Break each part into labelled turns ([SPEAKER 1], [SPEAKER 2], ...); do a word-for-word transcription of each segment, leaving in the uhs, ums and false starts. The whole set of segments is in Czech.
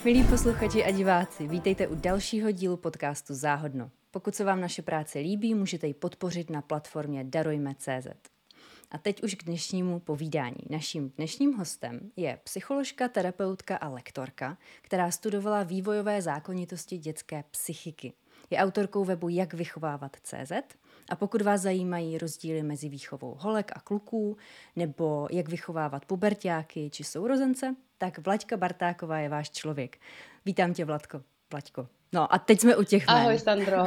[SPEAKER 1] Milí posluchači a diváci, vítejte u dalšího dílu podcastu Záhodno. Pokud se vám naše práce líbí, můžete ji podpořit na platformě darujme tečka cé zet. A teď už k dnešnímu povídání. Naším dnešním hostem je psycholožka, terapeutka a lektorka, která studovala vývojové zákonitosti dětské psychiky. Je autorkou webu jak vychovávat tečka cé zet a pokud vás zajímají rozdíly mezi výchovou holek a kluků nebo jak vychovávat puberťáky či sourozence, tak Vlaďka Bartáková je váš člověk. Vítám tě, Vladko. Vlaďko. No a teď jsme u těch jmén.
[SPEAKER 2] Ahoj, Sandro.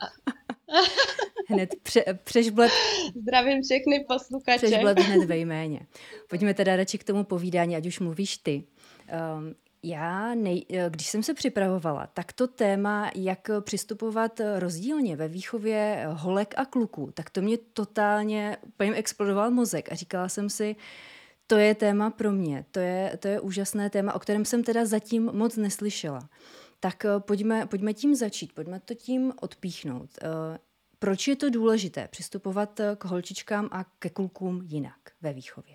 [SPEAKER 1] Hned pře- přežblet.
[SPEAKER 2] Zdravím všechny posluchače.
[SPEAKER 1] Přežblet hned ve jméně. Pojďme teda radši k tomu povídání, ať už mluvíš ty. Um, Já, nej, když jsem se připravovala, tak to téma, jak přistupovat rozdílně ve výchově holek a kluků, tak to mě totálně, úplně explodoval mozek a říkala jsem si, to je téma pro mě, to je, to je úžasné téma, o kterém jsem teda zatím moc neslyšela. Tak pojďme, pojďme tím začít, pojďme to tím odpíchnout. Proč je to důležité přistupovat k holčičkám a ke klukům jinak ve výchově?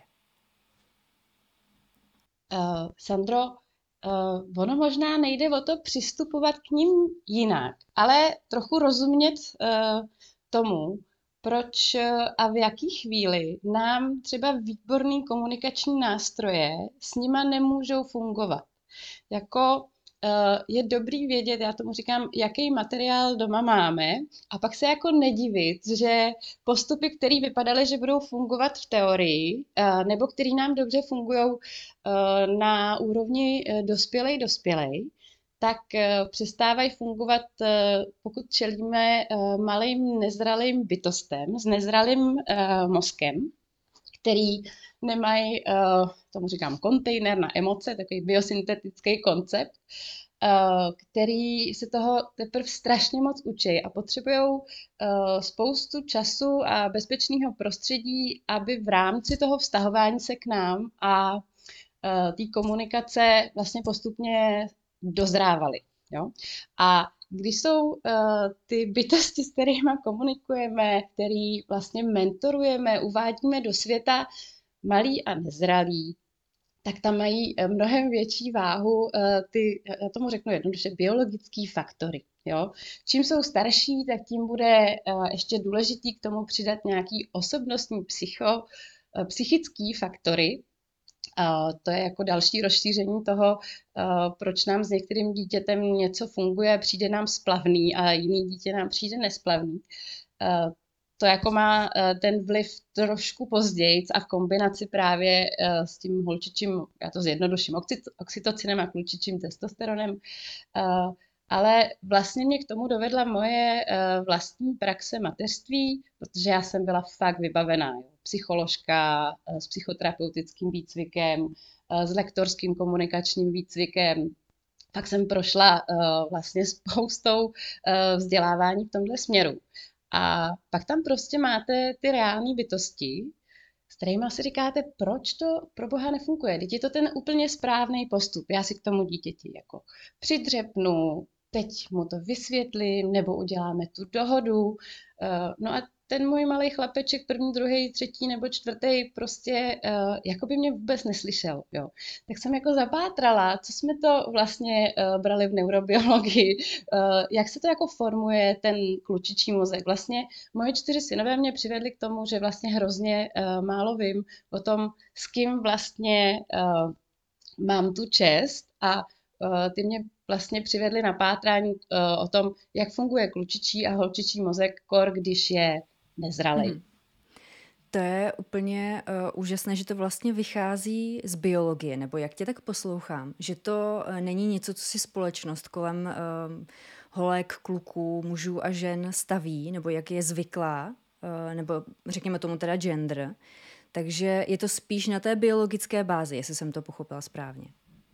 [SPEAKER 2] Uh, Sandro, Uh, ono možná nejde o to přistupovat k ním jinak, ale trochu rozumět uh, tomu, proč uh, a v jaký chvíli nám třeba výborný komunikační nástroje s nima nemůžou fungovat. Jako je dobrý vědět, já tomu říkám, jaký materiál doma máme a pak se jako nedivit, že postupy, které vypadaly, že budou fungovat v teorii, nebo které nám dobře fungují na úrovni dospělej dospělej, tak přestávají fungovat, pokud čelíme malým nezralým bytostem s nezralým mozkem, který nemají, uh, tomu říkám, kontejner na emoce, takový biosyntetický koncept, uh, který se toho teprve strašně moc učí a potřebují uh, spoustu času a bezpečného prostředí, aby v rámci toho vztahování se k nám a uh, té komunikace vlastně postupně dozrávali. Jo? A když jsou uh, ty bytosti, s kterými komunikujeme, který vlastně mentorujeme, uvádíme do světa, malí a nezralí, tak tam mají mnohem větší váhu ty, já tomu řeknu jednoduše, biologické faktory. Jo? Čím jsou starší, tak tím bude ještě důležitý k tomu přidat nějaký osobnostní psycho, psychický faktory. To je jako další rozšíření toho, proč nám s některým dítětem něco funguje, přijde nám splavný a jiný dítě nám přijde nesplavný. To jako má ten vliv trošku později a v kombinaci právě s tím holčičím, já to zjednoduším, oxytocinem a klučičím testosteronem, ale vlastně mě k tomu dovedla moje vlastní praxe mateřství, protože já jsem byla fakt vybavená. Jo. Psycholožka s psychoterapeutickým výcvikem, s lektorským komunikačním výcvikem. Pak jsem prošla vlastně spoustou vzdělávání v tomhle směru. A pak tam prostě máte ty reální bytosti, s kterými si říkáte, proč to pro Boha nefunguje. Teď je to ten úplně správný postup. Já si k tomu dítěti jako přidřepnu, teď mu to vysvětlím, nebo uděláme tu dohodu. No a ten můj malý chlapeček, první, druhý, třetí nebo čtvrtý, prostě uh, jako by mě vůbec neslyšel. Jo. Tak jsem jako zapátrala, co jsme to vlastně uh, brali v neurobiologii, uh, jak se to jako formuje ten klučičí mozek. Vlastně moje čtyři synové mě přivedli k tomu, že vlastně hrozně uh, málo vím o tom, s kým vlastně uh, mám tu čest a uh, ty mě vlastně přivedli na pátrání uh, o tom, jak funguje klučičí a holčičí mozek, kor, když je nezralej. Hmm.
[SPEAKER 1] To je úplně uh, úžasné, že to vlastně vychází z biologie, nebo jak tě tak poslouchám, že to uh, není něco, co si společnost kolem uh, holek, kluků, mužů a žen staví, nebo jak je zvyklá, uh, nebo řekněme tomu teda gender, takže je to spíš na té biologické bázi, jestli jsem to pochopila správně.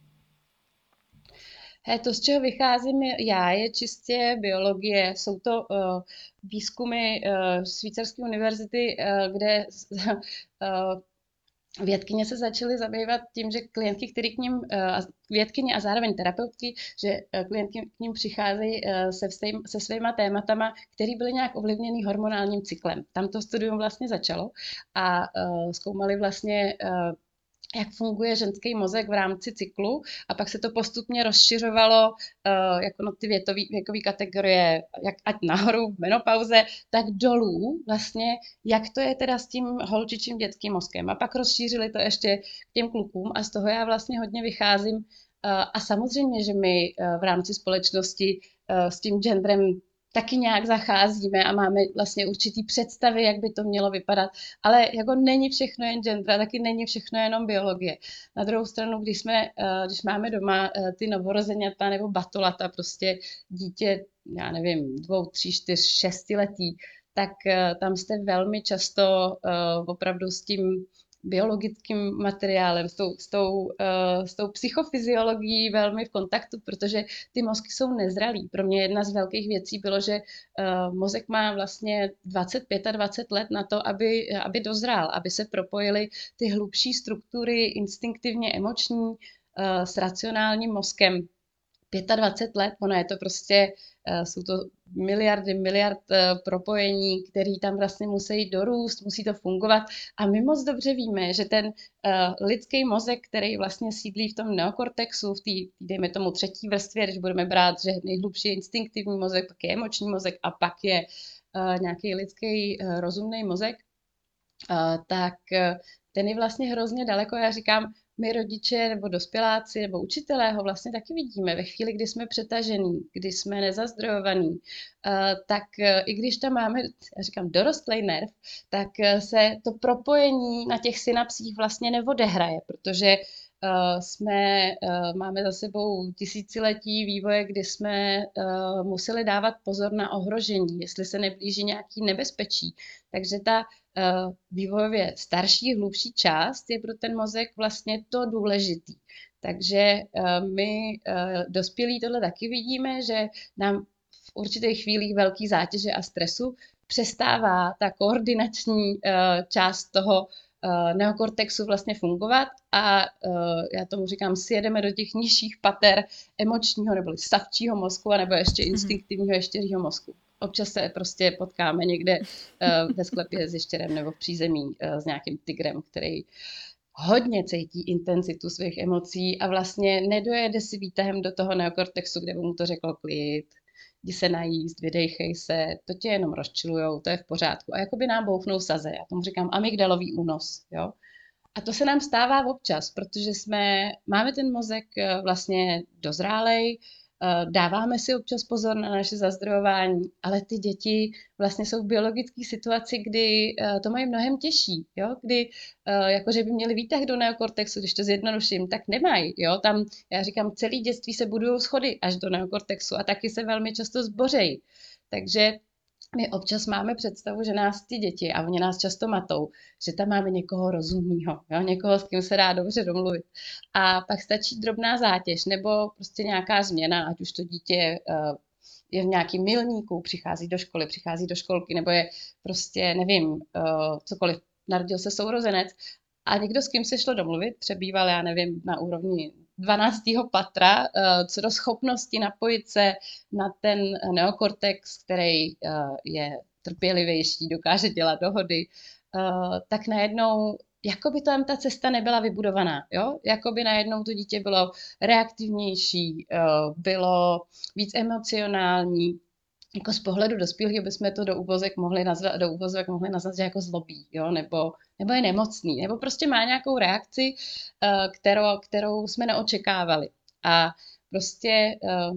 [SPEAKER 2] He, to, z čeho vycházím já, je čistě biologie. Jsou to uh, výzkumy uh, Švýcarské univerzity, uh, kde uh, vědkyně se začaly zabývat tím, že klientky, který k ním, uh, vědkyně a zároveň terapeutky, že uh, klientky k ním přicházejí uh, se, vstejm, se svýma tématama, které byly nějak ovlivněny hormonálním cyklem. Tam to studium vlastně začalo a uh, zkoumali vlastně uh, jak funguje ženský mozek v rámci cyklu a pak se to postupně rozšiřovalo uh, jako na ty větový, věkové kategorie, jak ať nahoru v menopauze, tak dolů vlastně, jak to je teda s tím holčičím dětským mozkem. A pak rozšířili to ještě k těm klukům a z toho já vlastně hodně vycházím. Uh, a samozřejmě, že my uh, v rámci společnosti uh, s tím genderem taky nějak zacházíme a máme vlastně určitý představy, jak by to mělo vypadat, ale jako není všechno jen gender, taky není všechno jenom biologie. Na druhou stranu, když, jsme, když máme doma ty novorozeňata nebo batolata, prostě dítě, já nevím, dvou, tří, čtyř, šestiletí, tak tam jste velmi často opravdu s tím biologickým materiálem, s tou, s, tou, uh, s tou psychofyziologií velmi v kontaktu, protože ty mozky jsou nezralý. Pro mě jedna z velkých věcí bylo, že uh, mozek má vlastně dvacet pět a dvacet let na to, aby, aby dozrál, aby se propojily ty hlubší struktury instinktivně emoční uh, s racionálním mozkem. dvacet pět let, ono je to prostě, uh, jsou to miliardy, miliard uh, propojení, které tam vlastně musí dorůst, musí to fungovat a my moc dobře víme, že ten uh, lidský mozek, který vlastně sídlí v tom neokortexu, v té, dejme tomu třetí vrstvě, když budeme brát, že nejhlubší je instinktivní mozek, pak je emoční mozek a pak je uh, nějaký lidský uh, rozumný mozek, uh, tak uh, ten je vlastně hrozně daleko. Já říkám, my rodiče nebo dospěláci nebo učitelé ho vlastně taky vidíme ve chvíli, kdy jsme přetažený, kdy jsme nezazdrojovaný, tak i když tam máme, já říkám, dorostlý nerv, tak se to propojení na těch synapsích vlastně neodehraje, protože jsme, máme za sebou tisíciletí vývoje, kdy jsme museli dávat pozor na ohrožení, jestli se neblíží nějaký nebezpečí. Takže ta vývojově starší, hlubší část je pro ten mozek vlastně to důležitý. Takže my dospělí tohle taky vidíme, že nám v určitých chvílích velký zátěže a stresu přestává ta koordinační část toho neokortexu vlastně fungovat a já tomu říkám, sjedeme do těch nižších pater emočního nebo savčího mozku, anebo ještě instinktivního ještěřího mozku. Občas se prostě potkáme někde uh, ve sklepě s ještěrem nebo v přízemí uh, s nějakým tigrem, který hodně cítí intenzitu svých emocí a vlastně nedojede si výtahem do toho neokortexu, kde by mu to řeklo klid, jdi se najíst, vydejchej se, to tě jenom rozčilujou, to je v pořádku. A jakoby nám bouchnou saze, já tomu říkám amygdalový únos, jo. A to se nám stává občas, protože jsme, máme ten mozek vlastně dozrálej, dáváme si občas pozor na naše zazdrojování, ale ty děti vlastně jsou v biologické situaci, kdy to mají mnohem těžší, jo? Kdy jakože by měli výtah do neokortexu, když to zjednoduším, tak nemají. Jo? Tam, já říkám, celý dětství se budují schody až do neokortexu a taky se velmi často zbořejí. Takže my občas máme představu, že nás ty děti, a oni nás často matou, že tam máme někoho rozumného, jo? Někoho, s kým se dá dobře domluvit. A pak stačí drobná zátěž nebo prostě nějaká změna, ať už to dítě uh, je v nějakým milníku, přichází do školy, přichází do školky, nebo je prostě, nevím, uh, cokoliv, narodil se sourozenec a někdo, s kým se šlo domluvit, přebýval, já nevím, na úrovni dvanáctého patra, co do schopnosti napojit se na ten neokortex, který je trpělivější, dokáže dělat dohody, tak najednou jako by tam ta cesta nebyla vybudovaná, jo? Jako by najednou to dítě bylo reaktivnější, bylo víc emocionální. Jako z pohledu dospělých bychom to do úvozek mohli nazvat, do úvozek mohli nazvat, že jako zlobí, jo? Nebo, nebo je nemocný, nebo prostě má nějakou reakci, kterou, kterou jsme neočekávali. A prostě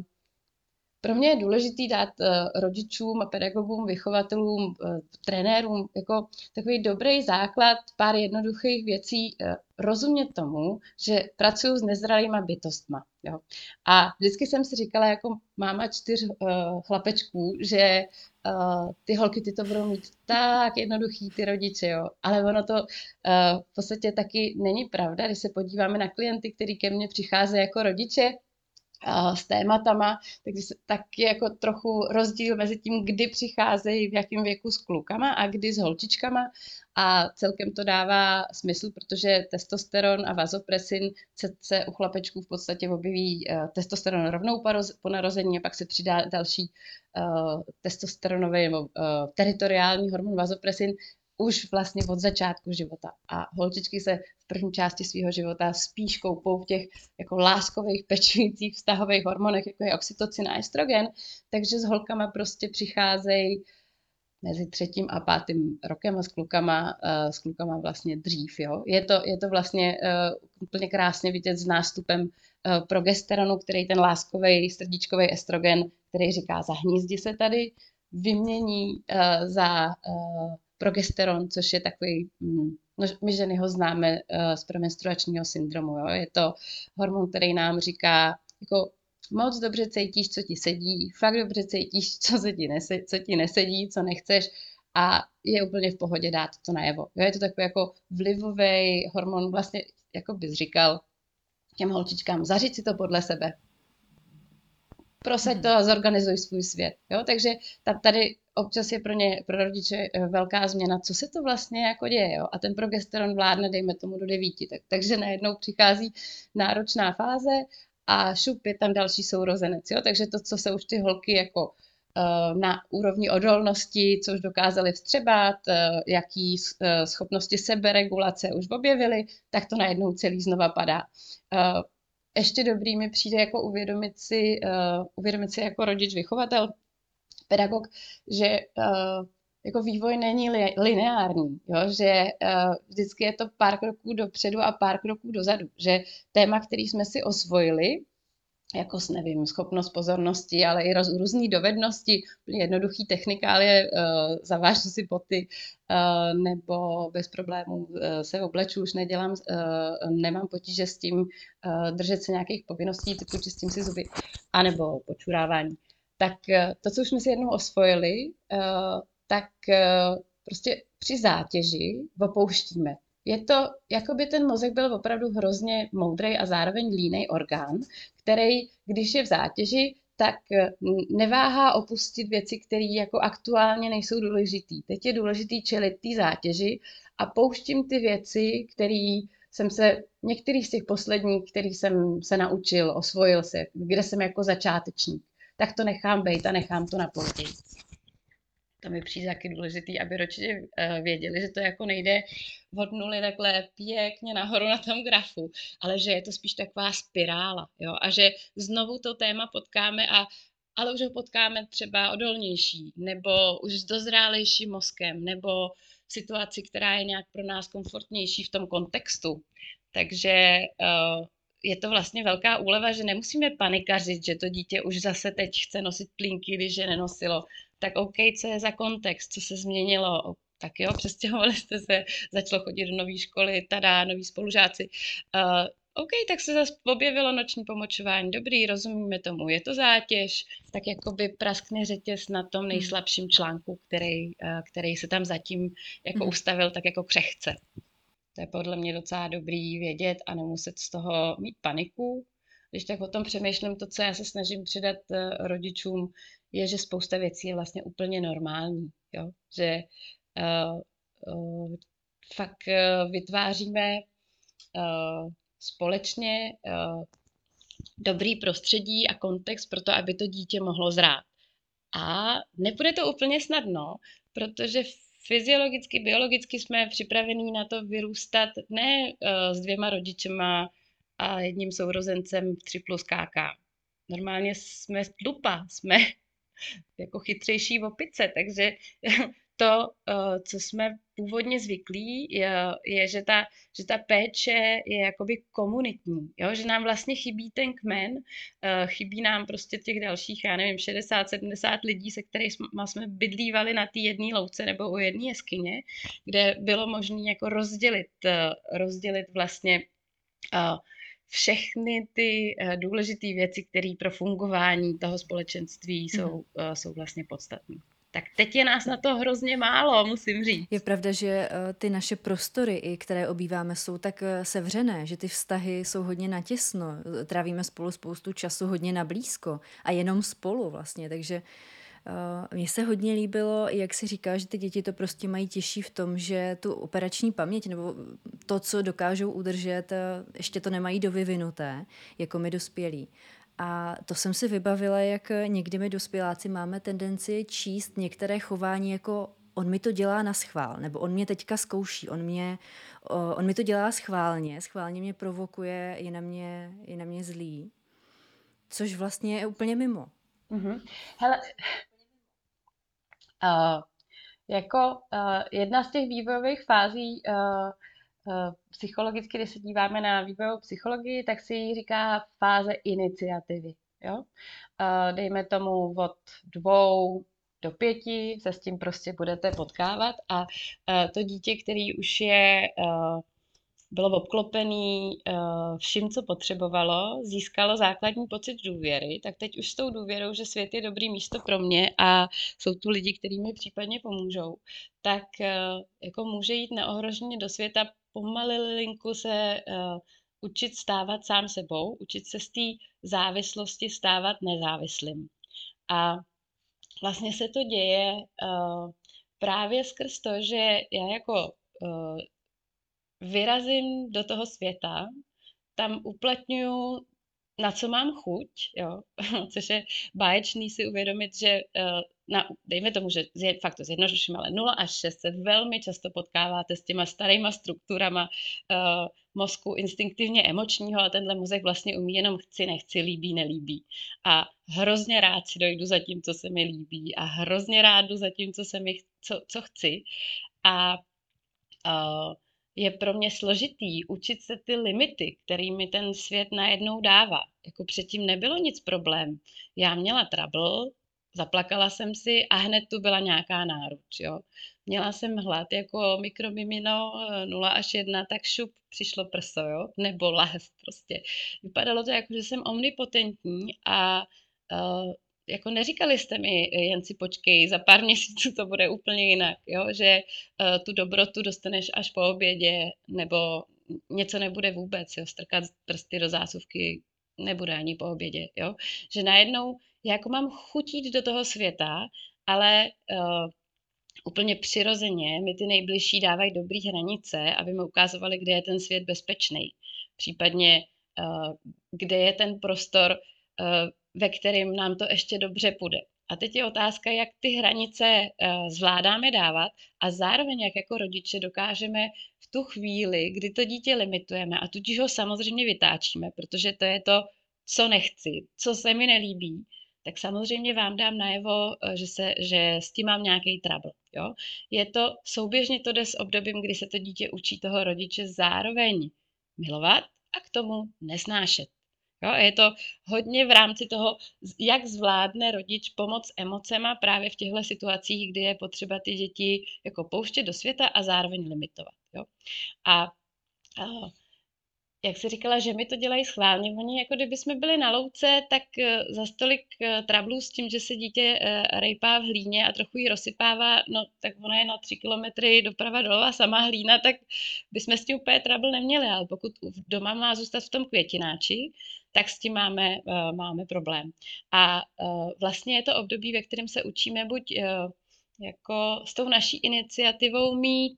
[SPEAKER 2] pro mě je důležité dát rodičům, pedagogům, vychovatelům, trenérům jako takový dobrý základ, pár jednoduchých věcí, rozumět tomu, že pracuju s nezralýma bytostma. Jo. A vždycky jsem si říkala jako máma čtyř uh, chlapečků, že uh, ty holky ty to budou mít tak jednoduchý, ty rodiče, jo. Ale ono to uh, v podstatě taky není pravda, když se podíváme na klienty, který ke mně přicházejí jako rodiče, s tématama, takže tak je jako trochu rozdíl mezi tím, kdy přicházejí, v jakém věku s klukama a kdy s holčičkama a celkem to dává smysl, protože testosteron a vazopresin se, se u chlapečků v podstatě objeví uh, testosteron rovnou po, roz, po narození a pak se přidá další uh, testosteronový nebo uh, teritoriální hormon vazopresin už vlastně od začátku života. A holčičky se v první části svého života spíš koupou v těch jako láskových, pečujících vztahových hormonech, jako je oxytocin a estrogen, takže s holkama prostě přicházejí mezi třetím a pátým rokem a s klukama, uh, s klukama vlastně dřív. Jo? Je, to, je to vlastně uh, úplně krásně vidět s nástupem uh, progesteronu, který ten láskový srdíčkový estrogen, který říká zahnízdi se tady, vymění uh, za uh, progesteron, což je takový, um, no, my ženy ho známe uh, z premenstruačního syndromu. Jo? Je to hormon, který nám říká, jako moc dobře cítíš, co ti sedí, fakt dobře cítíš, co, se ti, nesedí, co ti nesedí, co nechceš a je úplně v pohodě dát to najevo. Jo, je to takový jako vlivový hormon, vlastně, jako bys říkal těm holčičkám, zařiď si to podle sebe. Prosaď to a zorganizuj svůj svět. Jo, takže tady občas je pro ně, pro rodiče velká změna, co se to vlastně jako děje. Jo? A ten progesteron vládne, dejme tomu, do devíti. Tak, takže najednou přichází náročná fáze, a šup, je tam další sourozenec. Jo? Takže to, co se už ty holky jako uh, na úrovni odolnosti, co už dokázaly vstřebat, uh, jaký uh, schopnosti seberegulace už objevily, tak to najednou celý znova padá. Uh, ještě dobrý mi přijde jako uvědomit si, uh, uvědomit si jako rodič, vychovatel, pedagog, že uh, jako vývoj není li, lineární, jo? Že uh, vždycky je to pár kroků dopředu a pár kroků dozadu, že téma, který jsme si osvojili, jako nevím, schopnost pozornosti, ale i roz, různý dovednosti, jednoduchý technikálie, uh, zavážu si boty, uh, nebo bez problémů uh, se obleču, už nedělám, uh, nemám potíže s tím uh, držet se nějakých povinností, typu čistím si zuby, anebo počurávání. Tak uh, to, co už jsme si jednou osvojili, uh, tak uh, prostě při zátěži opouštíme. Je to, jako by ten mozek byl opravdu hrozně moudrej a zároveň línej orgán, který, když je v zátěži, tak neváhá opustit věci, které jako aktuálně nejsou důležitý. Teď je důležitý čelit té zátěži a pouštím ty věci, které jsem se, některý z těch posledních, který jsem se naučil, osvojil se, kde jsem jako začátečník, tak to nechám bejt a nechám to na později. To mi přijde taky důležitý, aby rodiče věděli, že to jako nejde od nuly takhle pěkně nahoru na tom grafu, ale že je to spíš taková spirála, jo? A že znovu to téma potkáme, a, ale už ho potkáme třeba odolnější, nebo už s dozrálejším mozkem, nebo v situaci, která je nějak pro nás komfortnější v tom kontextu. Takže uh, je to vlastně velká úleva, že nemusíme panikařit, že to dítě už zase teď chce nosit plínky, když je nenosilo. Tak OK, co je za kontext, co se změnilo, tak jo, přestěhovali jste se, začalo chodit do nové školy, tada, noví spolužáci. Uh, OK, tak se zase objevilo noční pomočování, dobrý, rozumíme tomu, je to zátěž, tak jakoby praskne řetěz na tom nejslabším článku, který, uh, který se tam zatím jako ustavil tak jako křehce. To je podle mě docela dobrý vědět a nemuset z toho mít paniku. Když tak o tom přemýšlím, to, co já se snažím předat uh, rodičům, je, že spousta věcí je vlastně úplně normální. Jo? Že uh, uh, fakt uh, vytváříme uh, společně uh, dobrý prostředí a kontext pro to, aby to dítě mohlo zrát. A nebude to úplně snadno, protože fyziologicky, biologicky jsme připravení na to vyrůstat ne uh, s dvěma rodičema a jedním sourozencem tři plus káka. Normálně jsme tlupa, jsme jako chytřejší opice, takže to, co jsme původně zvyklí, je, je že, ta, že ta péče je jakoby komunitní, jo? Že nám vlastně chybí ten kmen, chybí nám prostě těch dalších, já nevím, šedesát sedmdesát lidí, se kterými jsme bydlívali na té jedné louce nebo u jedné jeskyně, kde bylo možné jako rozdělit, rozdělit vlastně všechny ty důležité věci, které pro fungování toho společenství jsou, mm. jsou vlastně podstatné. Tak teď je nás na to hrozně málo, musím říct.
[SPEAKER 1] Je pravda, že ty naše prostory, které obýváme, jsou tak sevřené, že ty vztahy jsou hodně natěsno. Trávíme spolu spoustu času hodně na blízko a jenom spolu vlastně, takže Uh, mně se hodně líbilo, jak si říká, že ty děti to prostě mají těžší v tom, že tu operační paměť nebo to, co dokážou udržet, ještě to nemají dovyvinuté, jako my dospělí. A to jsem si vybavila, jak někdy my dospěláci máme tendenci číst některé chování jako on mi to dělá na schvál, nebo on mě teďka zkouší, on, mě, o, on mi to dělá schválně, schválně mě provokuje, je na mě, je na mě zlý, což vlastně je úplně mimo.
[SPEAKER 2] Mm-hmm. Hele, uh, jako uh, jedna z těch vývojových fází uh, uh, psychologicky, když se díváme na vývojovou psychologii, tak si ji říká fáze iniciativy. Jo? Uh, dejme tomu od dvou do pěti se s tím prostě budete potkávat a uh, to dítě, který už je uh, bylo obklopený uh, vším, co potřebovalo, získalo základní pocit důvěry, tak teď už s tou důvěrou, že svět je dobrý místo pro mě a jsou tu lidi, kteří mi případně pomůžou, tak uh, jako může jít neohroženě do světa, pomalinku se uh, učit stávat sám sebou, učit se z té závislosti stávat nezávislým. A vlastně se to děje uh, právě skrz to, že já jako uh, vyrazím do toho světa, tam uplatňuju, na co mám chuť, jo? Což je báječný si uvědomit, že na, dejme tomu, že je fakt to zjednoduším, ale nula až šest se velmi často potkáváte s těma starýma strukturama uh, mozku instinktivně emočního a tenhle mozek vlastně umí jenom chci, nechci, líbí, nelíbí. A hrozně rád si dojdu za tím, co se mi líbí a hrozně rád jdu za tím, co, se mi, co, co chci. A uh, je pro mě složitý učit se ty limity, kterými ten svět najednou dává. Jako předtím nebylo nic problém. Já měla trouble, zaplakala jsem si a hned tu byla nějaká náruč. Jo. Měla jsem hlad jako mikromimino nula až jedna, tak šup, přišlo prso, jo. Nebo láz prostě. Vypadalo to jako, že jsem omnipotentní a uh, jako neříkali jste mi, jen si počkej, za pár měsíců to bude úplně jinak, jo? Že uh, tu dobrotu dostaneš až po obědě, nebo něco nebude vůbec, jo? Strkat prsty do zásuvky nebude ani po obědě, jo? Že najednou já jako mám chutít do toho světa, ale uh, úplně přirozeně mi ty nejbližší dávají dobrý hranice, aby mi ukázovali, kde je ten svět bezpečný. Případně, uh, kde je ten prostor, uh, ve kterém nám to ještě dobře půjde. A teď je otázka, jak ty hranice uh, zvládáme dávat a zároveň jak jako rodiče dokážeme v tu chvíli, kdy to dítě limitujeme a tudíž ho samozřejmě vytáčíme, protože to je to, co nechci, co se mi nelíbí, tak samozřejmě vám dám najevo, že, se, že s tím mám nějaký trouble. Jo? Je to, souběžně to jde s obdobím, kdy se to dítě učí toho rodiče zároveň milovat a k tomu nesnášet. Jo? A je to hodně v rámci toho, jak zvládne rodič pomoc emocema právě v těchto situacích, kdy je potřeba ty děti jako pouštět do světa a zároveň limitovat. Jo? A, a jak jsi říkala, že mi to dělají schválně, oni jako kdyby jsme byli na louce, tak za stolik trablů s tím, že se dítě rejpá v hlíně a trochu ji rozsypává, no tak ona je na tři kilometry doprava doleva sama hlína, tak bychom s tím úplně trouble neměli, ale pokud doma má zůstat v tom květináči, tak s tím máme, máme problém. A vlastně je to období, ve kterém se učíme buď jako s tou naší iniciativou mít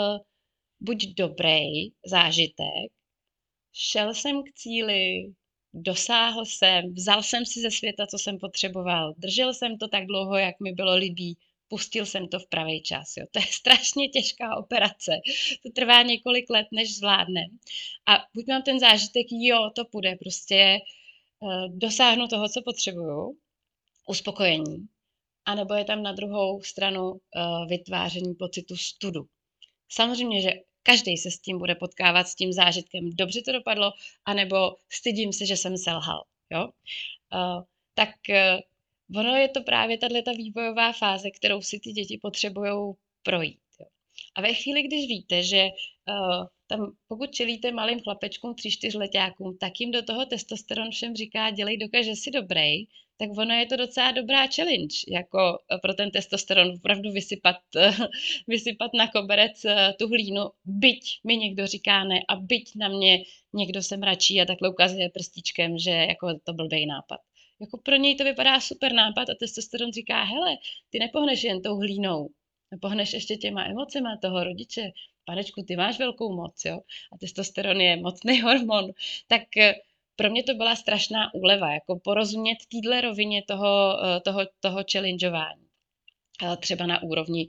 [SPEAKER 2] buď dobrý zážitek, šel jsem k cíli, dosáhl jsem, vzal jsem si ze světa, co jsem potřeboval, držel jsem to tak dlouho, jak mi bylo líbí, pustil jsem to v pravý čas. Jo. To je strašně těžká operace. To trvá několik let, než zvládnem. A buď mám ten zážitek, jo, to půjde, prostě uh, dosáhnu toho, co potřebuju, uspokojení, anebo je tam na druhou stranu uh, vytváření pocitu studu. Samozřejmě, že každý se s tím bude potkávat, s tím zážitkem, dobře to dopadlo, anebo stydím se, že jsem selhal. Jo? Uh, tak uh, ono je to právě tato vývojová fáze, kterou si ty děti potřebují projít. Jo? A ve chvíli, když víte, že uh, tam, pokud čelíte malým chlapečkům, tři, čtyřletákům, tak jim do toho testosteron všem říká, dělej, dokáž, že jsi dobrý, tak ono je to docela dobrá challenge, jako pro ten testosteron opravdu vysypat, vysypat na koberec tu hlínu, byť mi někdo říká ne a byť na mě někdo se mračí a takhle ukazuje prstíčkem, že jako to blbej nápad. Jako pro něj to vypadá super nápad a testosteron říká, hele, ty nepohneš jen tou hlínou, nepohneš ještě těma emocema toho rodiče, panečku, ty máš velkou moc, jo, a testosteron je mocný hormon, tak pro mě to byla strašná úleva, jako porozumět téhle rovině toho, toho, toho challengeování. třeba na úrovni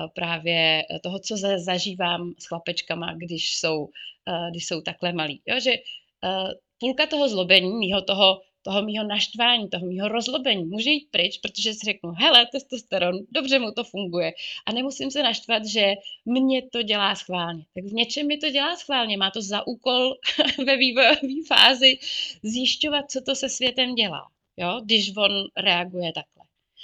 [SPEAKER 2] právě toho, co zažívám s chlapečkama, když jsou, když jsou takhle malí. Jo, že půlka toho zlobení, mýho toho, toho mýho naštvání, toho mýho rozlobení může jít pryč, protože si řeknu, hele, testosteron, dobře mu to funguje a nemusím se naštvat, že mě to dělá schválně. Tak v něčem mi to dělá schválně, má to za úkol ve vývojové fázi zjišťovat, co to se světem dělá, jo, když on reaguje takhle.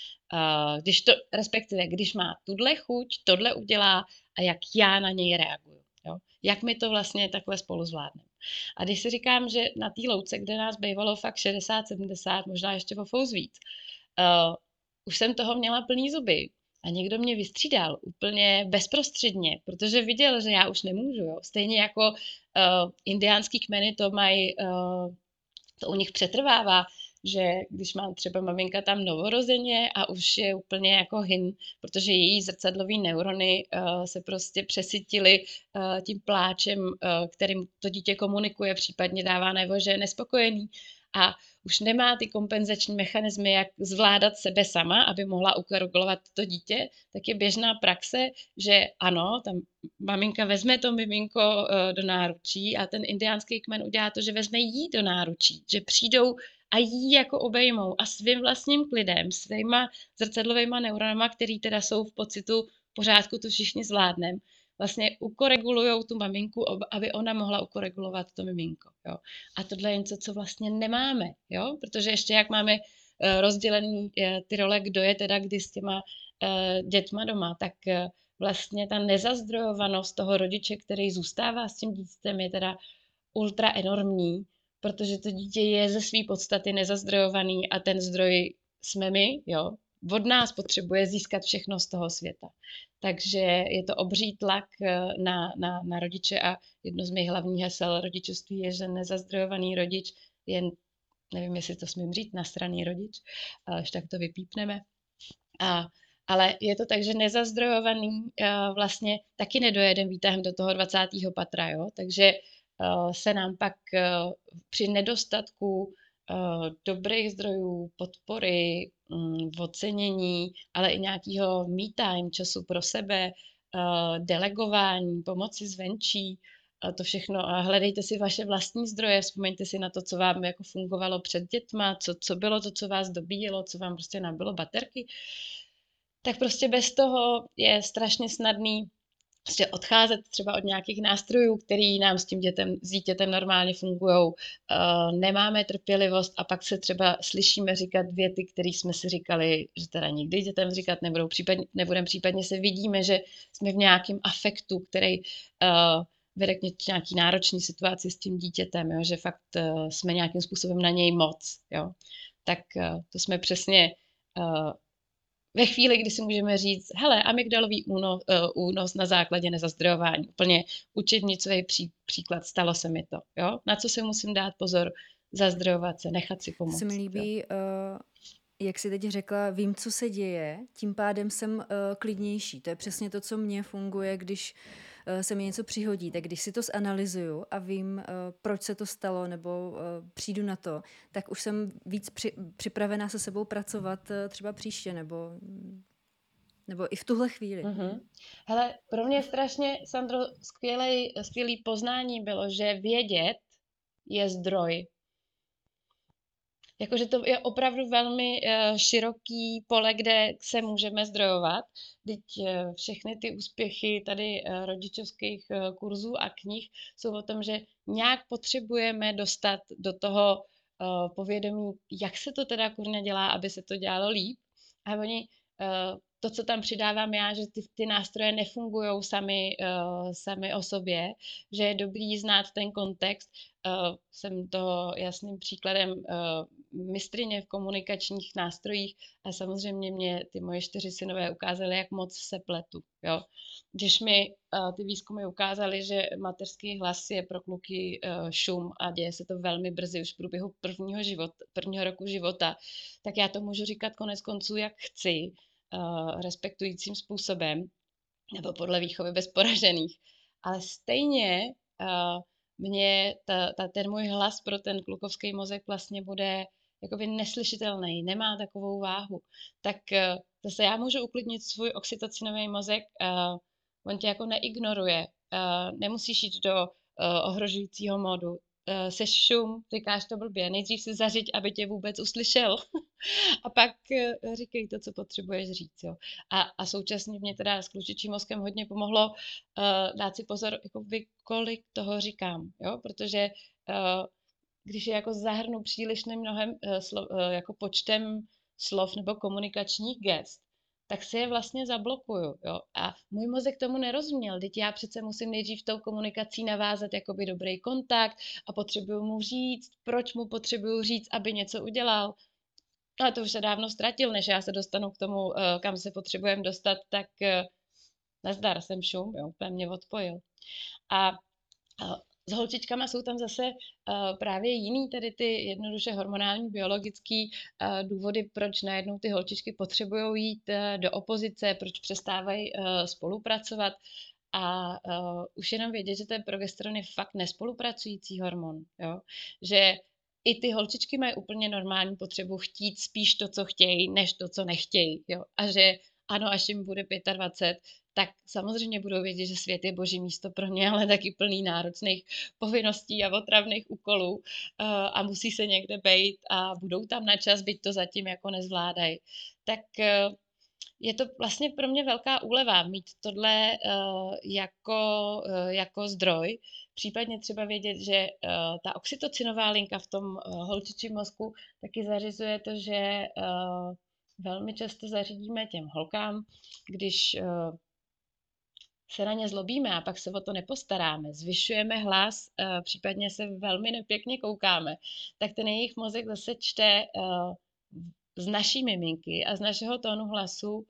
[SPEAKER 2] Uh, když to, respektive, když má tuhle chuť, tohle udělá a jak já na něj reaguju. Jo? Jak my to vlastně takhle spolu zvládneme. A když si říkám, že na té louce, kde nás bývalo fakt šedesát, sedmdesát, možná ještě o fous víc, uh, už jsem toho měla plný zuby a někdo mě vystřídal úplně bezprostředně, protože viděl, že já už nemůžu. Jo? Stejně jako uh, indiánský kmeny to mají, uh, to u nich přetrvává, že když mám třeba maminka tam novorozeně a už je úplně jako hin, protože její zrcadlový neurony uh, se prostě přesytily uh, tím pláčem, uh, kterým to dítě komunikuje, případně dává najevo, že je nespokojený a už nemá ty kompenzační mechanismy, jak zvládat sebe sama, aby mohla ukorigovat to dítě, tak je běžná praxe, že ano, tam maminka vezme to miminko uh, do náručí a ten indiánský kmen udělá to, že vezme jí do náručí, že přijdou a jí jako obejmou a svým vlastním klidem, svýma zrcadlovýma neuronama, který teda jsou v pocitu pořádku, to všichni zvládneme, vlastně ukoregulujou tu maminku, aby ona mohla ukoregulovat to miminko. Jo. A tohle je něco, co vlastně nemáme, jo? Protože ještě jak máme uh, rozdělený uh, ty role, kdo je teda kdy s těma uh, dětma doma, tak uh, vlastně ta nezazdrojovanost toho rodiče, který zůstává s tím dítětem, je teda ultra enormní, protože to dítě je ze své podstaty nezazdrojovaný a ten zdroj jsme my, jo. Od nás potřebuje získat všechno z toho světa. Takže je to obří tlak na, na, na rodiče a jedno z mých hlavních hesel rodičovství je, že nezazdrojovaný rodič je, nevím, jestli to smím říct, nasraný rodič, až tak to vypípneme. A, ale je to tak, že nezazdrojovaný vlastně taky nedojedem výtahem do toho dvacátého patra, jo. Takže se nám pak při nedostatku dobrých zdrojů, podpory, ocenění, ale i nějakého me time, času pro sebe, delegování, pomoci zvenčí, to všechno. A hledejte si vaše vlastní zdroje, vzpomeňte si na to, co vám jako fungovalo před dětma, co, co bylo to, co vás dobíjelo, co vám prostě nabilo baterky. Tak prostě bez toho je strašně snadný prostě odcházet třeba od nějakých nástrojů, který nám s tím dětem, s dítětem normálně fungují. Uh, nemáme trpělivost a pak se třeba slyšíme říkat věty, které jsme si říkali, že teda nikdy dětem říkat nebudou, případně, nebudeme, případně se vidíme, že jsme v nějakém afektu, který uh, vede k nějaký náročný situaci s tím dítětem, jo? Že fakt uh, jsme nějakým způsobem na něj moc. Jo? Tak uh, to jsme přesně uh, ve chvíli, kdy si můžeme říct, hele, amygdalový únos, uh, únos na základě nezazdrojování. Úplně učebnicový pří, příklad, stalo se mi to. Jo? Na co si musím dát pozor, zazdrojovat se, nechat si pomoct.
[SPEAKER 1] Se mi líbí, uh, jak jsi teď řekla, vím, co se děje, tím pádem jsem uh, klidnější. To je přesně to, co mně funguje, když uh, se mi něco přihodí. Tak když si to zanalyzuju a vím, uh, proč se to stalo, nebo uh, přijdu na to, tak už jsem víc při, připravená se sebou pracovat uh, třeba příště, nebo, nebo i v tuhle chvíli.
[SPEAKER 2] Mm-hmm. Hele, pro mě strašně, Sandro, skvělej, skvělý poznání bylo, že vědět je zdroj. Jakože to je opravdu velmi uh, široký pole, kde se můžeme zdrojovat. Teď uh, všechny ty úspěchy tady uh, rodičovských uh, kurzů a knih jsou o tom, že nějak potřebujeme dostat do toho uh, povědomí, jak se to teda kurňa dělá, aby se to dělalo líp. A oni uh, to, co tam přidávám já, že ty, ty nástroje nefungují sami, uh, sami o sobě, že je dobrý znát ten kontext. Uh, jsem toho jasným příkladem uh, mistryně v komunikačních nástrojích a samozřejmě mě ty moje čtyři synové ukázaly, jak moc se pletu. Jo? Když mi uh, ty výzkumy ukázaly, že mateřský hlas je pro kluky uh, šum a děje se to velmi brzy, už v průběhu prvního, život, prvního roku života, tak já to můžu říkat konec konců, jak chci, uh, respektujícím způsobem, nebo podle výchovy bez poražených. Ale stejně uh, mě ta, ta, ten můj hlas pro ten klukovský mozek vlastně bude jakoby neslyšitelný, nemá takovou váhu. Tak zase já můžu uklidnit svůj oxytocinový mozek, uh, on tě jako neignoruje, uh, nemusíš jít do uh, ohrožujícího módu, uh, seš šum, říkáš to blbě, nejdřív si zařiď, aby tě vůbec uslyšel a pak uh, říkej to, co potřebuješ říct. Jo. A, a současně mě teda s klučičím mozkem hodně pomohlo uh, dát si pozor, jako vy, kolik toho říkám, jo, protože uh, když je jako zahrnu přílišným mnohem uh, slo, uh, jako počtem slov nebo komunikačních gest, tak si je vlastně zablokuju. Jo? A můj mozek tomu nerozuměl. Teď já přece musím nejdřív tou komunikací navázat jakoby dobrý kontakt a potřebuju mu říct, proč mu potřebuju říct, aby něco udělal. Ale to už se dávno ztratil, než já se dostanu k tomu, kam se potřebujeme dostat, tak nazdar, jsem šum, jo, úplně mě odpojil. A, a s holčičkama jsou tam zase uh, právě jiný tady ty jednoduše hormonální, biologický uh, důvody, proč najednou ty holčičky potřebují jít uh, do opozice, proč přestávají uh, spolupracovat. A uh, už jenom vědět, že ten progesteron je fakt nespolupracující hormon. Jo? Že i ty holčičky mají úplně normální potřebu chtít spíš to, co chtějí, než to, co nechtějí. Jo? A že ano, až jim bude dvacet pět, tak samozřejmě budou vědět, že svět je boží místo pro ně, ale taky plný náročných povinností a otravných úkolů uh, a musí se někde bejt a budou tam na čas, byť to zatím jako nezvládají. Tak uh, je to vlastně pro mě velká úleva mít tohle uh, jako, uh, jako zdroj, případně třeba vědět, že uh, ta oxytocinová linka v tom uh, holčičím mozku taky zařizuje to, že uh, velmi často zařídíme těm holkám, když uh, se na ně zlobíme a pak se o to nepostaráme, zvyšujeme hlas, uh, případně se velmi nepěkně koukáme, tak ten jejich mozek zase čte uh, z naší miminky a z našeho tónu hlasu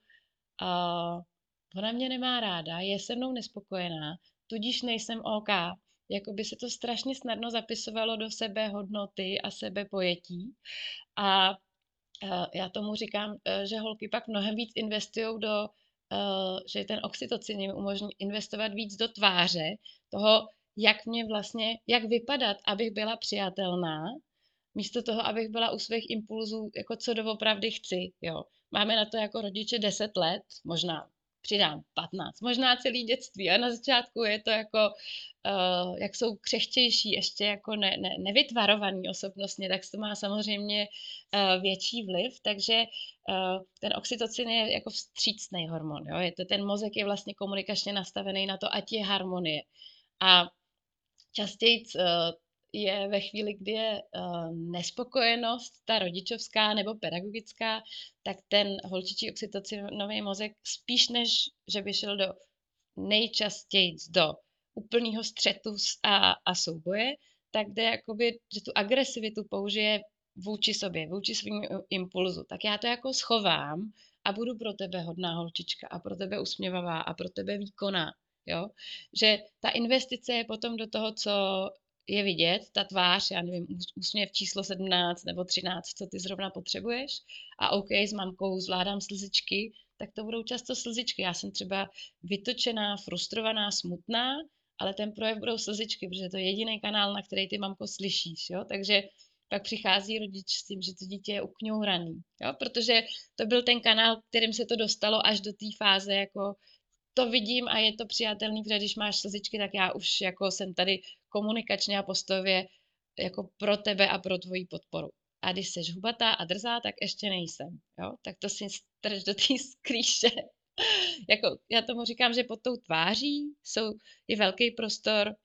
[SPEAKER 2] uh, ona mě nemá ráda, je se mnou nespokojená, tudíž nejsem OK. Jako by se to strašně snadno zapisovalo do sebe hodnoty a sebepojetí. A uh, já tomu říkám, uh, že holky pak mnohem víc investují do, uh, že ten oxytocin jim umožní investovat víc do tváře, toho, jak mě vlastně, jak vypadat, abych byla přijatelná, místo toho, abych byla u svých impulzů, jako co doopravdy chci, jo. Máme na to jako rodiče deset let, možná přidám patnáct, možná celý dětství. A na začátku je to jako, uh, jak jsou křehčejší, ještě jako ne, ne, nevytvarovaný osobnostně, tak to má samozřejmě uh, větší vliv, takže uh, ten oxytocin je jako vstřícný hormon, jo. Je to, ten mozek je vlastně komunikačně nastavený na to, ať je harmonie. A častěji uh, je ve chvíli, kdy je uh, nespokojenost, ta rodičovská nebo pedagogická, tak ten holčičí oxytocinový mozek spíš než, že by šel do nejčastěji do úplného střetu a, a souboje, tak jde jakoby, že tu agresivitu použije vůči sobě, vůči svým impulzu. Tak já to jako schovám a budu pro tebe hodná holčička a pro tebe usměvavá a pro tebe výkonná. Jo? Že ta investice je potom do toho, co je vidět, ta tvář, já nevím, úsměv číslo sedmnáct nebo třináct, co ty zrovna potřebuješ a OK, s mamkou zvládám slzičky, tak to budou často slzičky. Já jsem třeba vytočená, frustrovaná, smutná, ale ten projev budou slzičky, protože to je jediný kanál, na který ty, mamko, slyšíš, jo? Takže pak přichází rodič s tím, že to dítě je ukňouraný, jo? Protože to byl ten kanál, kterým se to dostalo až do té fáze, jako to vidím a je to přijatelný, protože když máš slzičky, tak já už jako jsem tady komunikačně a postojově jako pro tebe a pro tvoji podporu. A když jsi hubatá a drzá, tak ještě nejsem. Jo? Tak to si strč do té skrýše. Jako, já tomu říkám, že pod tou tváří jsou, je velký prostor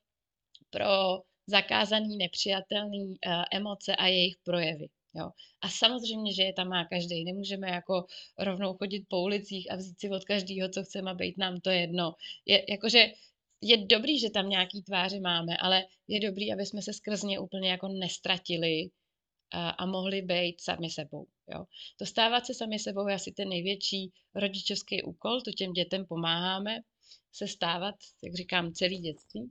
[SPEAKER 2] pro zakázaný, nepřijatelný uh, emoce a jejich projevy. Jo. A samozřejmě, že je tam má každý. Nemůžeme jako rovnou chodit po ulicích a vzít si od každého, co chceme, a být nám to jedno. Je, jakože je dobrý, že tam nějaký tváře máme, ale je dobrý, aby jsme se skrz ně úplně jako nestratili a, a mohli být sami sebou. Jo. To stávat se sami sebou je asi ten největší rodičovský úkol, to těm dětem pomáháme se stávat, jak říkám, celý dětství.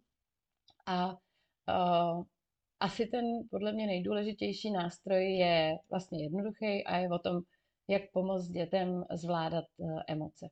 [SPEAKER 2] A uh, asi ten podle mě nejdůležitější nástroj je vlastně jednoduchý a je o tom, jak pomoct dětem zvládat uh, emoce.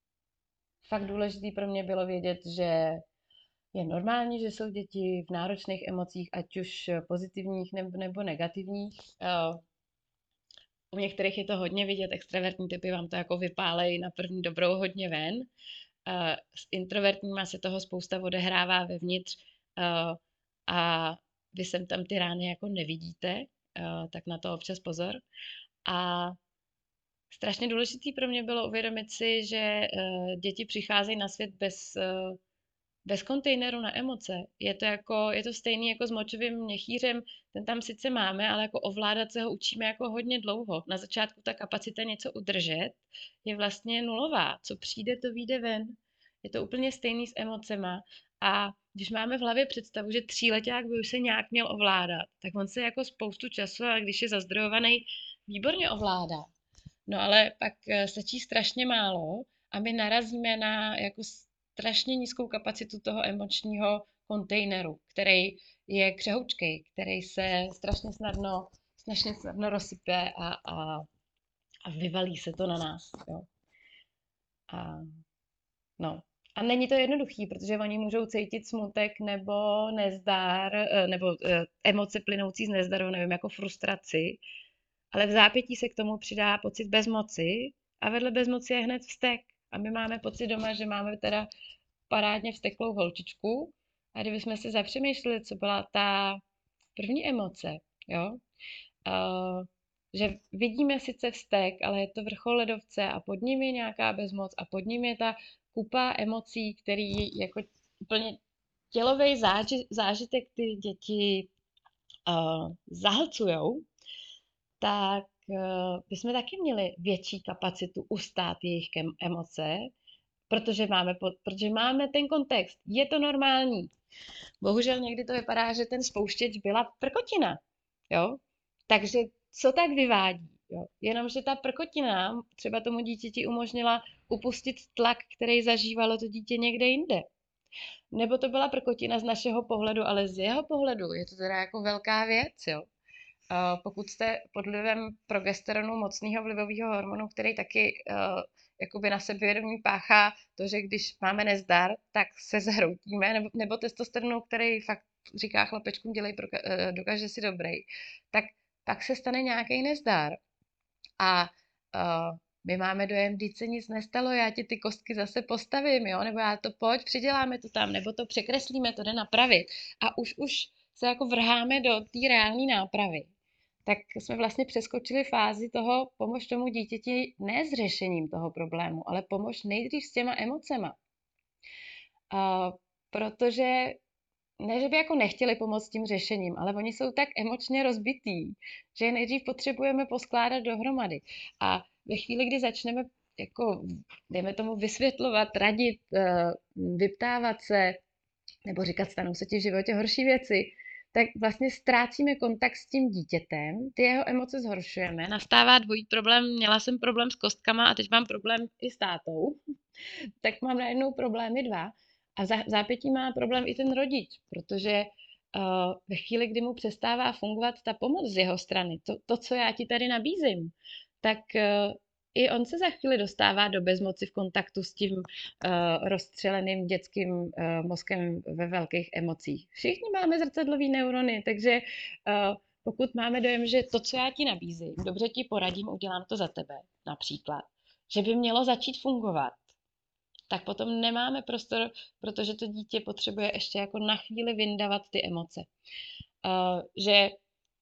[SPEAKER 2] Fakt důležitý pro mě bylo vědět, že je normální, že jsou děti v náročných emocích, ať už pozitivních nebo, nebo negativních. Uh, u některých je to hodně vidět, extravertní typy vám to jako vypálejí na první dobrou hodně ven. Uh, s introvertníma se toho spousta odehrává vevnitř uh, a vy sem tam ty rány jako nevidíte, uh, tak na to občas pozor. A strašně důležitý pro mě bylo uvědomit si, že uh, děti přicházejí na svět bez, uh, bez kontejneru na emoce. Je to, jako, je to stejný jako s močovým měchýřem, ten tam sice máme, ale jako ovládat se ho učíme jako hodně dlouho. Na začátku ta kapacita něco udržet je vlastně nulová. Co přijde, to vyjde ven. Je to úplně stejný s emocema. A když máme v hlavě představu, že tříleták by už se nějak měl ovládat, tak on se jako spoustu času, a když je zazdrojovaný, výborně ovládá. No ale pak stačí strašně málo a my narazíme na jako strašně nízkou kapacitu toho emočního kontejneru, který je křehoučkej, který se strašně snadno, strašně snadno rozsype a, a, a vyvalí se to na nás. Jo. A, no. A není to jednoduchý, protože oni můžou cítit smutek nebo nezdar, nebo emoce plynoucí z nezdaru, nevím, jako frustraci, ale v zápětí se k tomu přidá pocit bezmoci a vedle bezmoci je hned vztek. A my máme pocit doma, že máme teda parádně vzteklou holčičku a kdybychom si zapřemýšleli, co byla ta první emoce, jo, uh, že vidíme sice vztek, ale je to vrchol ledovce a pod ním je nějaká bezmoc a pod ním je ta kupa emocí, který jako úplně tělový záži, zážitek ty děti uh, zahlcujou, tak uh, bychom taky měli větší kapacitu ustát jejich emoce, protože máme, protože máme ten kontext. Je to normální. Bohužel někdy to vypadá, že ten spouštěč byla prkotina. Jo? Takže co tak vyvádí? Jo? Jenomže ta prkotina třeba tomu dítěti umožnila upustit tlak, který zažívalo to dítě někde jinde. Nebo to byla prkotina z našeho pohledu, ale z jeho pohledu je to teda jako velká věc. Jo? Uh, pokud jste pod vlivem progesteronu, mocného vlivového hormonu, který taky uh, jakoby na sebevědomí páchá to, že když máme nezdar, tak se zhroutíme, nebo, nebo testosteronu, který fakt říká chlapečkům, dělej, uh, dokáže si dobrý, tak pak se stane nějaký nezdar. A uh, my máme dojem, když se nic nestalo, já ti ty kostky zase postavím, jo? Nebo já to pojď, přiděláme to tam, nebo to překreslíme, to jde napravit. A už, už se jako vrháme do té reálné nápravy. Tak jsme vlastně přeskočili fázi toho, pomož tomu dítěti ne s řešením toho problému, ale pomož nejdřív s těma emocema. Uh, protože ne, že by jako nechtěli pomoct tím řešením, ale oni jsou tak emočně rozbitý, že je nejdřív potřebujeme poskládat dohromady. A ve chvíli, kdy začneme jako, dejme tomu, vysvětlovat, radit, vyptávat se, nebo říkat, stanou se ti v životě horší věci, tak vlastně ztrácíme kontakt s tím dítětem, ty jeho emoce zhoršujeme, nastává dvojí problém, měla jsem problém s kostkama a teď mám problém i s tátou, tak mám najednou problémy dva. A v zápětí má problém i ten rodič, protože uh, ve chvíli, kdy mu přestává fungovat ta pomoc z jeho strany, to, to co já ti tady nabízím, tak uh, i on se za chvíli dostává do bezmoci v kontaktu s tím uh, rozstřeleným dětským uh, mozkem ve velkých emocích. Všichni máme zrcadlový neurony, takže uh, pokud máme dojem, že to, co já ti nabízím, dobře ti poradím, udělám to za tebe, například, že by mělo začít fungovat, tak potom nemáme prostor, protože to dítě potřebuje ještě jako na chvíli vyndavat ty emoce. Uh, že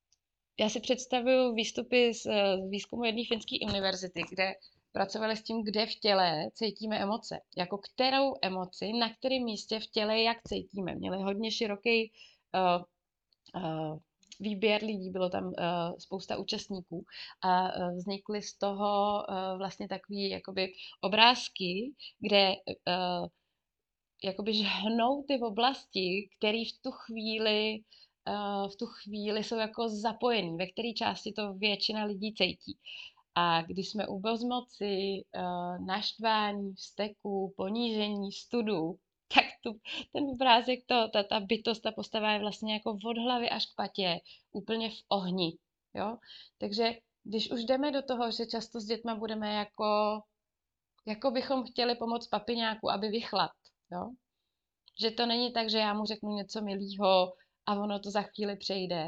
[SPEAKER 2] já si představuju výstupy z, z výzkumu jedné finské univerzity, kde pracovali s tím, kde v těle cítíme emoce. Jako kterou emoci, na kterém místě v těle, jak cítíme. Měli hodně široký uh, uh, výběr lidí, bylo tam uh, spousta účastníků a uh, vznikly z toho uh, vlastně takový jakoby obrázky, kde uh, jakoby žhnou ty oblasti, které v tu chvíli uh, v tu chvíli jsou jako zapojený, ve které části to většina lidí cítí. A když jsme u bezmoci, uh, naštvání, vzteku, ponížení, studu, tak tu, ten obrázek, to, ta, ta bytost, ta postava je vlastně jako od hlavy až k patě, úplně v ohni. Jo? Takže když už jdeme do toho, že často s dětma budeme jako, jako bychom chtěli pomoct papiňáku, aby vychlad. Jo? Že to není tak, že já mu řeknu něco milýho a ono to za chvíli přejde,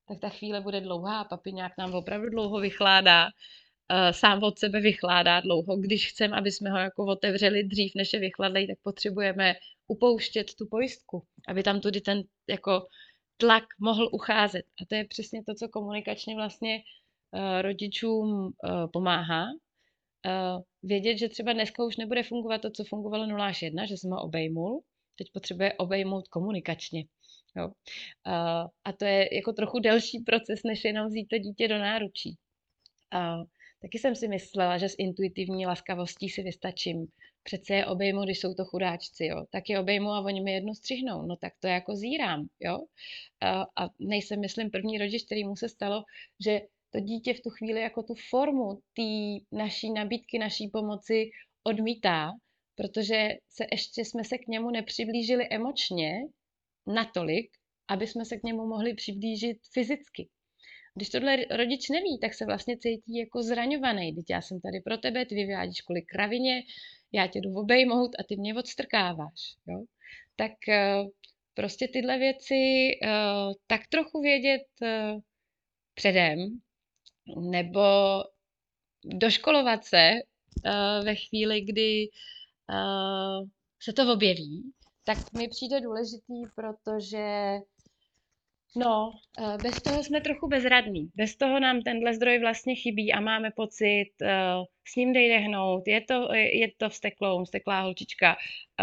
[SPEAKER 2] tak ta chvíle bude dlouhá a papiňák nám opravdu dlouho vychládá, uh, sám od sebe vychládá dlouho. Když chceme, aby jsme ho jako otevřeli dřív, než je vychladlej, tak potřebujeme upouštět tu pojistku, aby tam tudy ten jako tlak mohl ucházet. A to je přesně to, co komunikačně vlastně uh, rodičům uh, pomáhá. Uh, vědět, že třeba dneska už nebude fungovat to, co fungovalo nula až jedna, že jsem ho obejmul, teď potřebuje obejmout komunikačně. Jo. Uh, a to je jako trochu delší proces, než jenom vzít to dítě do náručí. Uh, taky jsem si myslela, že s intuitivní laskavostí si vystačím. Přece je obejmu, když jsou to chudáčci, jo. Tak je obejmu a oni mi jednu střihnou. No tak to jako zírám, jo. Uh, a nejsem, myslím, první rodič, kterýmu se stalo, že to dítě v tu chvíli jako tu formu té naší nabídky, naší pomoci odmítá, protože se ještě jsme se k němu nepřiblížili emočně natolik, aby jsme se k němu mohli přiblížit fyzicky. Když tohle rodič neví, tak se vlastně cítí jako zraňovaný. Teď já jsem tady pro tebe, ty vyvádíš kvůli kravině, já tě jdu obejmout a ty mě odstrkáváš. Jo? Tak prostě tyhle věci tak trochu vědět předem, nebo doškolovat se ve chvíli, kdy se to objeví, tak mi přijde důležitý, protože no, bez toho jsme trochu bezradní. Bez toho nám tenhle zdroj vlastně chybí a máme pocit, s ním dejde hnout, je to, je to vzteklou, vzteklá holčička.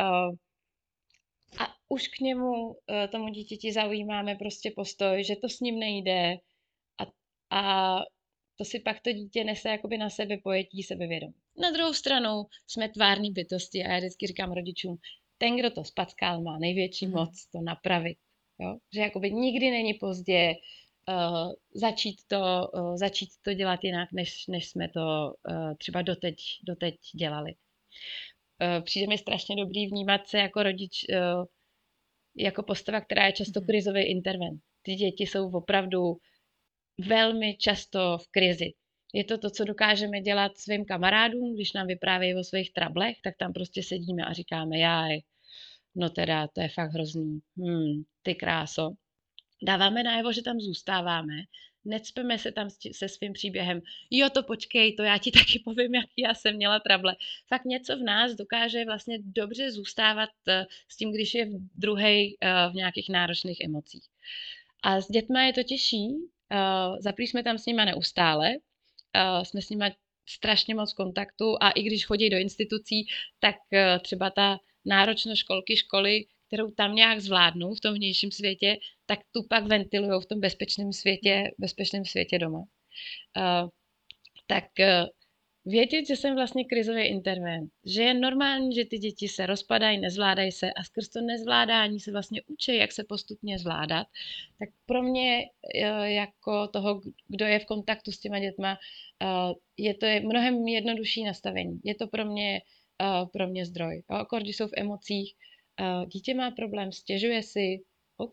[SPEAKER 2] A už k němu, tomu dítěti zaujímáme prostě postoj, že to s ním nejde a, a to si pak to dítě nese jakoby na sebe pojetí sebevědomí. Na druhou stranu jsme tvární bytosti a já vždycky říkám rodičům, ten, kdo to spackal, má největší moc to napravit. Jo? Že jakoby nikdy není pozdě uh, začít, to, uh, začít to dělat jinak, než, než jsme to uh, třeba doteď, doteď dělali. Uh, přijde mi strašně dobrý vnímat se jako rodič, uh, jako postava, která je často krizový intervent. Ty děti jsou opravdu velmi často v krizi. Je to to, co dokážeme dělat svým kamarádům, když nám vyprávějí o svých trablech, tak tam prostě sedíme a říkáme, jaj, no teda, to je fakt hrozný. Hmm, ty kráso. Dáváme najevo, že tam zůstáváme, necpeme se tam se svým příběhem. Jo, to počkej, to já ti taky povím, jaký já jsem měla trable. Fakt něco v nás dokáže vlastně dobře zůstávat s tím, když je druhej v nějakých náročných emocích. A s dětma je to těžší, zaprý jsme tam s nima neustále, jsme s nima strašně moc kontaktu a i když chodí do institucí, tak třeba ta náročnost školky, školy, kterou tam nějak zvládnou v tom vnějším světě, tak tu pak ventilujou v tom bezpečném světě, bezpečném světě doma. Uh, tak uh, vědět, že jsem vlastně krizový intervent, že je normální, že ty děti se rozpadají, nezvládají se a skrz to nezvládání se vlastně učí, jak se postupně zvládat, tak pro mě uh, jako toho, kdo je v kontaktu s těma dětma, uh, je to mnohem jednodušší nastavení. Je to pro mě, uh, pro mě zdroj. Jo? Když jsou v emocích, Uh, dítě má problém, stěžuje si, OK,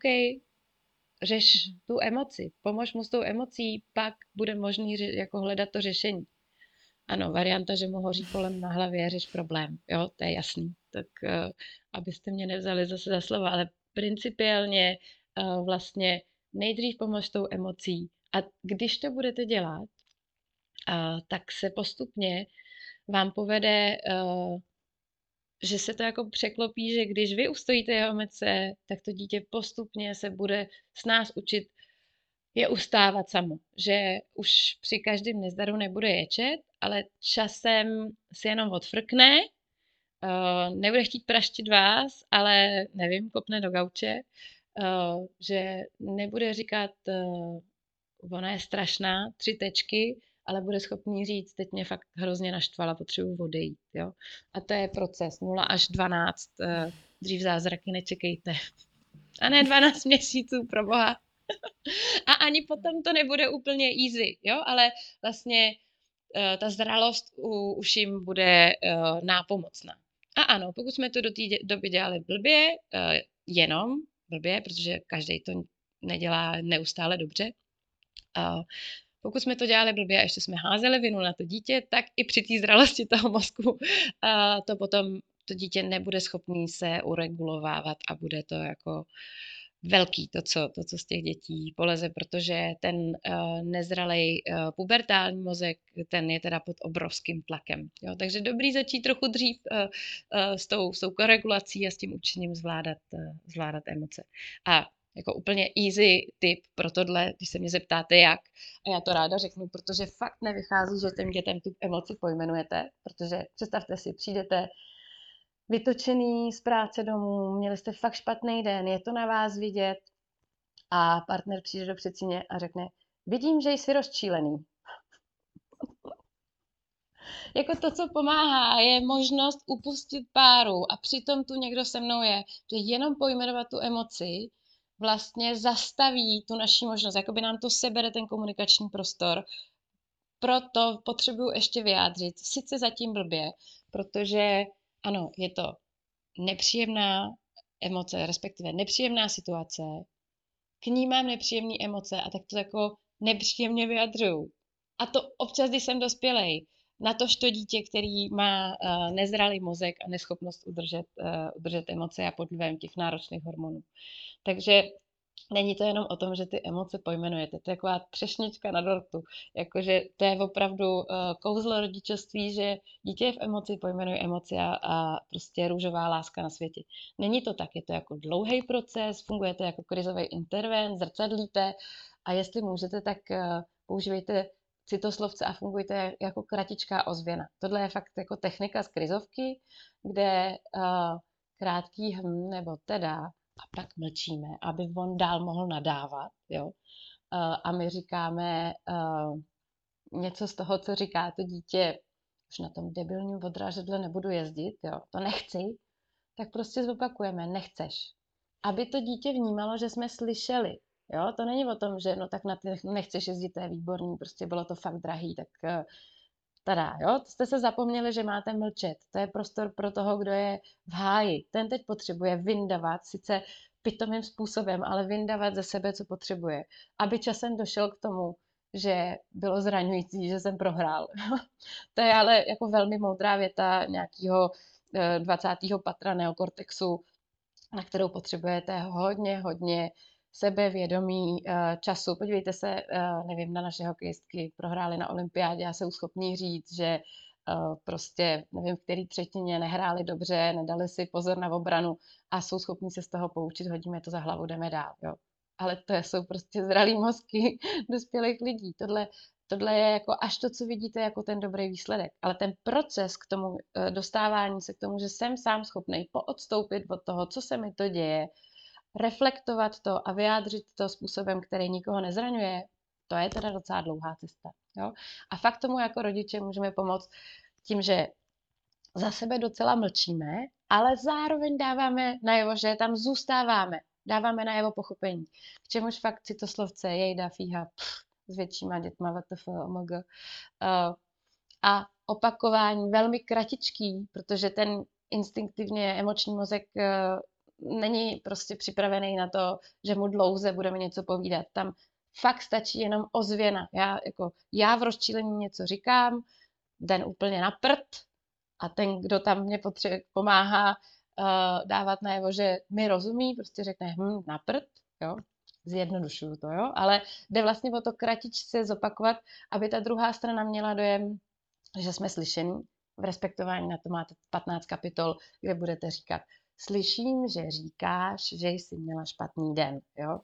[SPEAKER 2] řeš mm. tu emoci, pomož mu s tou emocí, pak bude možný ře- jako hledat to řešení. Ano, varianta, že mu hoří kolem na hlavě, řeš problém, jo, to je jasný, tak uh, abyste mě nevzali zase za slovo, ale principiálně uh, vlastně nejdřív pomož tou emocí a když to budete dělat, uh, tak se postupně vám povede uh, že se to jako překlopí, že když vy ustojíte jeho emoce, tak to dítě postupně se bude s nás učit je ustávat samo. Že už při každém nezdaru nebude ječet, ale časem si jenom odfrkne, uh, nebude chtít praštit vás, ale nevím, kopne do gauče, uh, že nebude říkat uh, ona je strašná, tři tečky, ale bude schopný říct, teď mě fakt hrozně naštvala, potřebuji odejít. Jo? A to je proces nula až dvanáct. Dřív zázraky nečekejte. A ne dvanáct měsíců, pro boha. A ani potom to nebude úplně easy, jo? Ale vlastně uh, ta zralost u, už jim bude uh, nápomocná. A ano, pokud jsme to do té doby dělali blbě, uh, jenom blbě, protože každý to nedělá neustále dobře, uh, pokud jsme to dělali blbě a ještě jsme házeli vinu na to dítě, tak i při té zralosti toho mozku uh, to potom to dítě nebude schopný se uregulovávat a bude to jako velký, to co, to, co z těch dětí poleze, protože ten uh, nezralej uh, pubertální mozek, ten je teda pod obrovským tlakem. Jo? Takže dobrý začít trochu dřív uh, uh, s, tou, s tou koregulací a s tím učením zvládat, uh, zvládat emoce. A jako úplně easy tip pro tohle, když se mě zeptáte jak, a já to ráda řeknu, protože fakt nevychází, že těm dětem tu emoci pojmenujete, protože představte si, přijdete vytočený z práce domů, měli jste fakt špatný den, je to na vás vidět a partner přijde do předsíně a řekne, vidím, že jsi rozčílený. Jako to, co pomáhá, je možnost upustit páru a přitom tu někdo se mnou je, že jenom pojmenovat tu emoci vlastně zastaví tu naši možnost, jakoby nám to sebere ten komunikační prostor. Proto potřebuju ještě vyjádřit, sice zatím blbě, protože ano, je to nepříjemná emoce, respektive nepříjemná situace, k ní mám nepříjemné emoce a tak to jako nepříjemně vyjadřuju. A to občas, když jsem dospělej, natož to dítě, který má uh, nezralý mozek a neschopnost udržet, uh, udržet emoce a pod vlivem těch náročných hormonů. Takže není to jenom o tom, že ty emoce pojmenujete. To je taková třešnička na dortu. Jakože to je opravdu uh, kouzlo rodičovství, že dítě je v emoci, pojmenuje emoci a, a prostě růžová láska na světě. Není to tak, je to jako dlouhý proces, funguje to jako krizový intervent, zrcadlíte a jestli můžete, tak uh, používejte citoslovce a fungujte jako kratičká ozvěna. Tohle je fakt jako technika z krizovky, kde uh, krátký hm nebo teda a pak mlčíme, aby on dál mohl nadávat, jo. Uh, a my říkáme uh, něco z toho, co říká to dítě, už na tom debilním odrážedle nebudu jezdit, jo, to nechci, tak prostě zopakujeme, nechceš. Aby to dítě vnímalo, že jsme slyšeli, jo, to není o tom, že no tak na ty nechceš jezdit, to je výborný, prostě bylo to fakt drahý, tak uh, tada, jo, jste se zapomněli, že máte mlčet. To je prostor pro toho, kdo je v háji. Ten teď potřebuje vyndavat, sice pitomým způsobem, ale vyndavat ze sebe, co potřebuje. Aby časem došel k tomu, že bylo zraňující, že jsem prohrál. To je ale jako velmi moudrá věta nějakého dvacátého patra neokortexu, na kterou potřebujete hodně, hodně sebevědomí času. Podívejte se, nevím, na naše hokejistky prohráli na olympiádě a jsou schopní říct, že prostě, nevím, v který třetině nehráli dobře, nedali si pozor na obranu a jsou schopní se z toho poučit, hodíme to za hlavu, jdeme dál. Jo. Ale to jsou prostě zralý mozky dospělých lidí. Tohle, tohle je jako až to, co vidíte jako ten dobrý výsledek. Ale ten proces k tomu dostávání se k tomu, že jsem sám schopný poodstoupit od toho, co se mi to děje, reflektovat to a vyjádřit to způsobem, který nikoho nezraňuje, to je teda docela dlouhá cesta. Jo? A fakt tomu jako rodiče můžeme pomoct tím, že za sebe docela mlčíme, ale zároveň dáváme najevo, že tam zůstáváme. Dáváme najevo pochopení. K čemuž fakt citoslovce, jejda, fíha, pff, s většíma dětma, vtf, omg. Uh, a opakování velmi kratičký, protože ten instinktivně emoční mozek uh, není prostě připravený na to, že mu dlouze budeme něco povídat. Tam fakt stačí jenom ozvěna. Já, jako, já v rozčílení něco říkám, den úplně na prd a ten, kdo tam mě potře- pomáhá uh, dávat najevo, že mi rozumí, prostě řekne hm, na prd, jo, zjednodušuju to, jo, ale jde vlastně o to kratičce zopakovat, aby ta druhá strana měla dojem, že jsme slyšení. V respektování na to máte patnáct kapitol, kde budete říkat, slyším, že říkáš, že jsi měla špatný den, jo?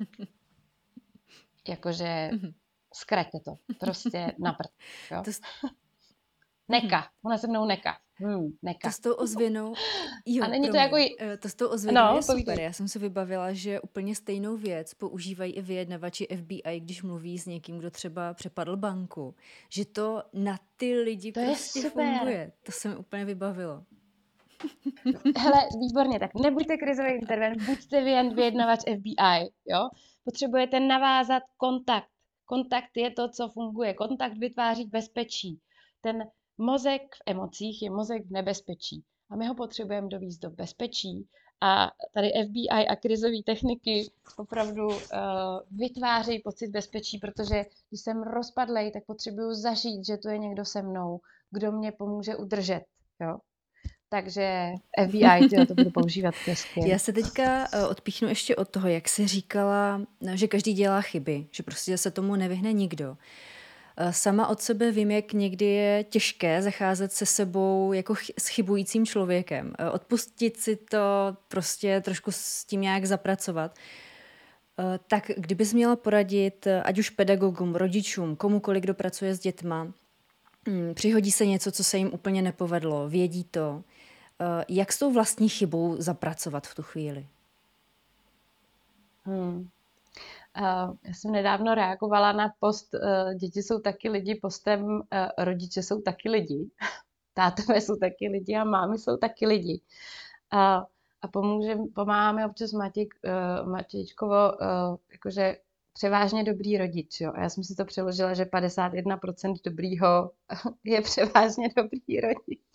[SPEAKER 2] Jakože zkraťte to, prostě na prd, jo?
[SPEAKER 1] To s...
[SPEAKER 2] Neka, ona se mnou neka. Hmm, neka.
[SPEAKER 1] To s tou ozvěnou, jo,
[SPEAKER 2] a není
[SPEAKER 1] promiň,
[SPEAKER 2] to jako...
[SPEAKER 1] to s tou ozvěnou
[SPEAKER 2] no,
[SPEAKER 1] je super.
[SPEAKER 2] Povídej.
[SPEAKER 1] Já jsem si vybavila, že úplně stejnou věc používají i vyjednavači F B I, když mluví s někým, kdo třeba přepadl banku. Že to na ty lidi
[SPEAKER 2] to
[SPEAKER 1] prostě funguje. To se mi úplně vybavilo.
[SPEAKER 2] Hele, výborně, tak nebuďte krizový intervent, buďte vy jen vyjednavač F B I, jo? Potřebujete navázat kontakt. Kontakt je to, co funguje. Kontakt vytváří bezpečí. Ten mozek v emocích je mozek v nebezpečí. A my ho potřebujeme dovízt do bezpečí. A tady F B I a krizové techniky opravdu uh, vytvářejí pocit bezpečí, protože když jsem rozpadlej, tak potřebuju zažít, že tu je někdo se mnou, kdo mě pomůže udržet, jo? Takže F B I, tyjo, to budu používat, to je skvělé.
[SPEAKER 1] Já se teďka odpíchnu ještě od toho, jak jsi říkala, že každý dělá chyby, že prostě se tomu nevyhne nikdo. Sama od sebe vím, jak někdy je těžké zacházet se sebou jako ch- s chybujícím člověkem. Odpustit si to, prostě trošku s tím nějak zapracovat. Tak kdybys měla poradit, ať už pedagogům, rodičům, komukoliv, kdo pracuje s dětma, přihodí se něco, co se jim úplně nepovedlo, vědí to, jak s tou vlastní chybou zapracovat v tu chvíli?
[SPEAKER 2] Hmm. Uh, já jsem nedávno reagovala na post uh, děti jsou taky lidi postem uh, rodiče jsou taky lidi. Tátové jsou taky lidi a mámy jsou taky lidi. Uh, a pomůžem, pomáháme občas Matěj, uh, Matějčkovo, uh, jakože převážně dobrý rodič. Jo? A já jsem si to přeložila, že padesát jedna procent dobrýho je převážně dobrý rodič.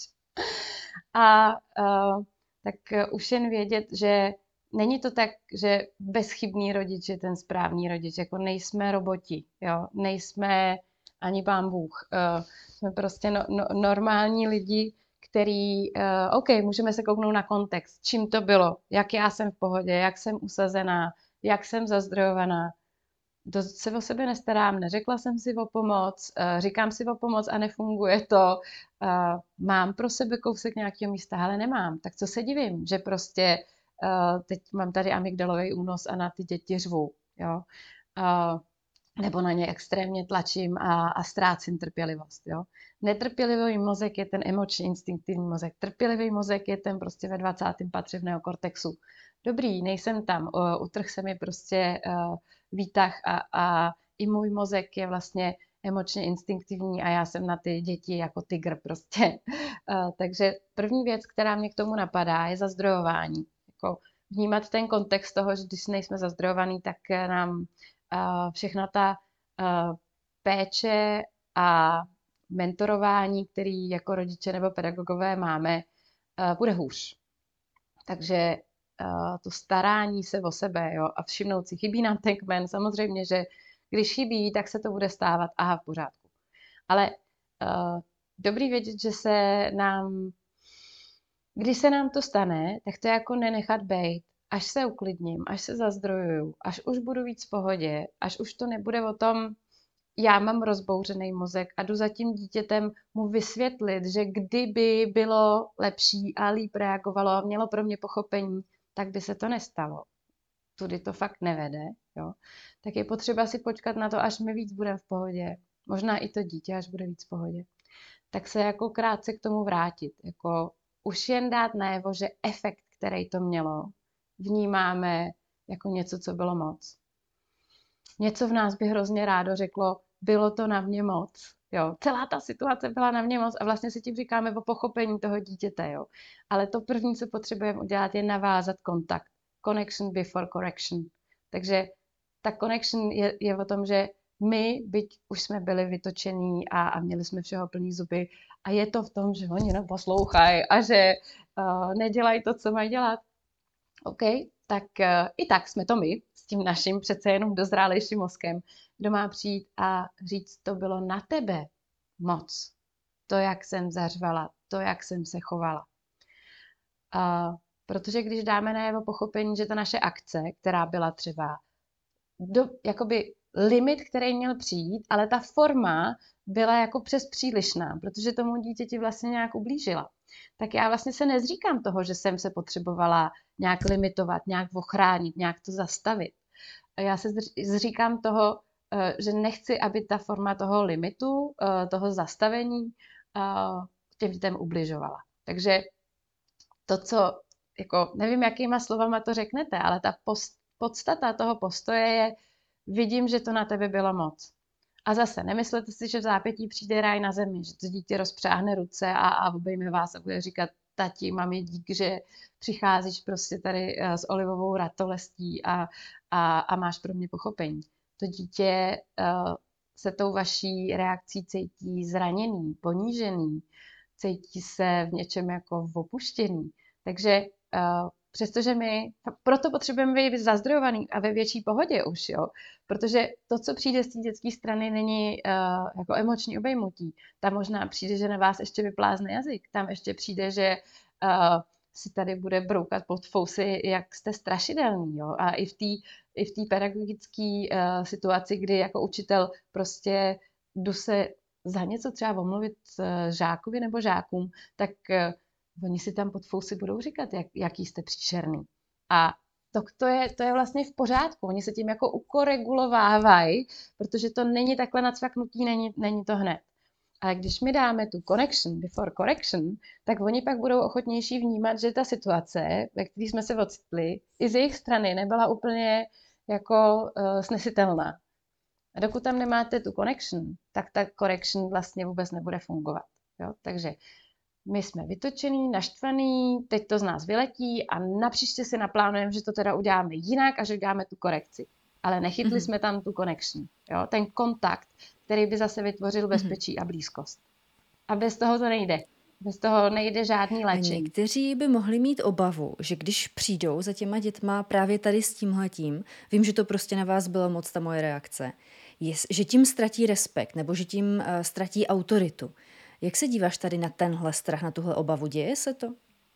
[SPEAKER 2] A uh, tak uh, už jen vědět, že není to tak, že bezchybný rodič je ten správný rodič, jako nejsme roboti, jo, nejsme ani pán Bůh. Uh, jsme prostě no, no, normální lidi, který, uh, OK, můžeme se kouknout na kontext, čím to bylo, jak já jsem v pohodě, jak jsem usazená, jak jsem zazdrojovaná. Dost se o sebe nestarám, neřekla jsem si o pomoc, uh, říkám si o pomoc a nefunguje to, uh, mám pro sebe kousek nějakého místa, ale nemám, tak co se divím, že prostě Uh, teď mám tady amygdalový únos a na ty děti řvu, jo. Uh, nebo na ně extrémně tlačím a, a ztrácím trpělivost, jo. Netrpělivý mozek je ten emočně instinktivní mozek. Trpělivý mozek je ten prostě ve dvacátém patře v neokortexu. Dobrý, nejsem tam, uh, utrh se mi prostě uh, výtah a, a i můj mozek je vlastně emočně instinktivní a já jsem na ty děti jako tygr prostě. Uh, takže první věc, která mě k tomu napadá, je zazdrojování. Jako vnímat ten kontext toho, že když nejsme zazdrojovaný, tak nám uh, všechna ta uh, péče a mentorování, který jako rodiče nebo pedagogové máme, uh, bude hůř. Takže uh, to starání se o sebe, jo, a všimnout si, chybí nám ten kmen, samozřejmě, že když chybí, tak se to bude stávat, aha, v pořádku. Ale uh, dobrý vědět, že se nám Když se nám to stane, tak to jako nenechat bejt, až se uklidním, až se zazdrojuju, až už budu víc v pohodě, až už to nebude o tom, já mám rozbouřený mozek a jdu za tím dítětem mu vysvětlit, že kdyby bylo lepší a líp reagovalo a mělo pro mě pochopení, tak by se to nestalo. Tudy to fakt nevede, jo. Tak je potřeba si počkat na to, až my víc budeme v pohodě. Možná i to dítě, až bude víc v pohodě. Tak se jako krátce k tomu vrátit, jako už jen dát najevo, že efekt, který to mělo, vnímáme jako něco, co bylo moc. Něco v nás by hrozně rádo řeklo, bylo to na mě moc. Jo, celá ta situace byla na mě moc a vlastně si tím říkáme o pochopení toho dítěte. Jo. Ale to první, co potřebujeme udělat, je navázat kontakt. Connection before correction. Takže ta connection je, je o tom, že my, byť už jsme byli vytočení a, a měli jsme všeho plný zuby, a je to v tom, že oni neposlouchají a že uh, nedělají to, co mají dělat. OK, tak uh, i tak jsme to my, s tím naším přece jenom dozrálejším mozkem, kdo má přijít a říct, to bylo na tebe moc. To, jak jsem zařvala, to, jak jsem se chovala. Uh, protože když dáme najevo pochopení, že ta naše akce, která byla třeba do, jakoby limit, který měl přijít, ale ta forma byla jako přes přílišná, protože tomu dítěti vlastně nějak ublížila. Tak já vlastně se nezříkám toho, že jsem se potřebovala nějak limitovat, nějak ochránit, nějak to zastavit. Já se zříkám toho, že nechci, aby ta forma toho limitu, toho zastavení těm dětem ubližovala. Takže to, co, jako nevím, jakýma slovama to řeknete, ale ta post, podstata toho postoje je, vidím, že to na tebe bylo moc. A zase, nemyslete si, že v zápětí přijde ráj na zemi, že to dítě rozpřáhne ruce a, a obejme vás a bude říkat, tati, mami, dík, že přicházíš prostě tady s olivovou ratolestí a, a, a máš pro mě pochopení. To dítě uh, se tou vaší reakcí cítí zraněný, ponížený, cítí se v něčem jako opuštěný. Takže uh, přestože my, proto potřebujeme být zazdrojovaný a ve větší pohodě už, jo. Protože to, co přijde z té dětské strany, není uh, jako emoční obejmutí. Tam možná přijde, že na vás ještě vyplázne jazyk. Tam ještě přijde, že uh, si tady bude broukat pod fousy, jak jste strašidelný. Jo? A i v té i v té pedagogické uh, situaci, kdy jako učitel prostě jdu se za něco třeba omluvit uh, žákovi nebo žákům, tak uh, oni si tam pod fousy budou říkat, jak, jaký jste příšerný. A to, to, je, to je vlastně v pořádku. Oni se tím jako ukoregulovávají, protože to není takhle nacvaknutý, není, není to hned. Ale když my dáme tu connection before correction, tak oni pak budou ochotnější vnímat, že ta situace, ve které jsme se ocitli, i z jejich strany nebyla úplně jako uh, snesitelná. A dokud tam nemáte tu connection, tak ta correction vlastně vůbec nebude fungovat. Jo? Takže my jsme vytočený, naštvaný, teď to z nás vyletí a napříště si naplánujeme, že to teda uděláme jinak a že uděláme tu korekci. Ale nechytli mm-hmm. jsme tam tu connection, jo? Ten kontakt, který by zase vytvořil bezpečí mm-hmm. a blízkost. A bez toho to nejde. Bez toho nejde žádný léčení.
[SPEAKER 1] Někteří by mohli mít obavu, že když přijdou za těma dětma právě tady s tímhletím, vím, že to prostě na vás bylo moc ta moje reakce, je, že tím ztratí respekt nebo že tím uh, ztratí autoritu. Jak se díváš tady na tenhle strach, na tuhle obavu? Děje se to?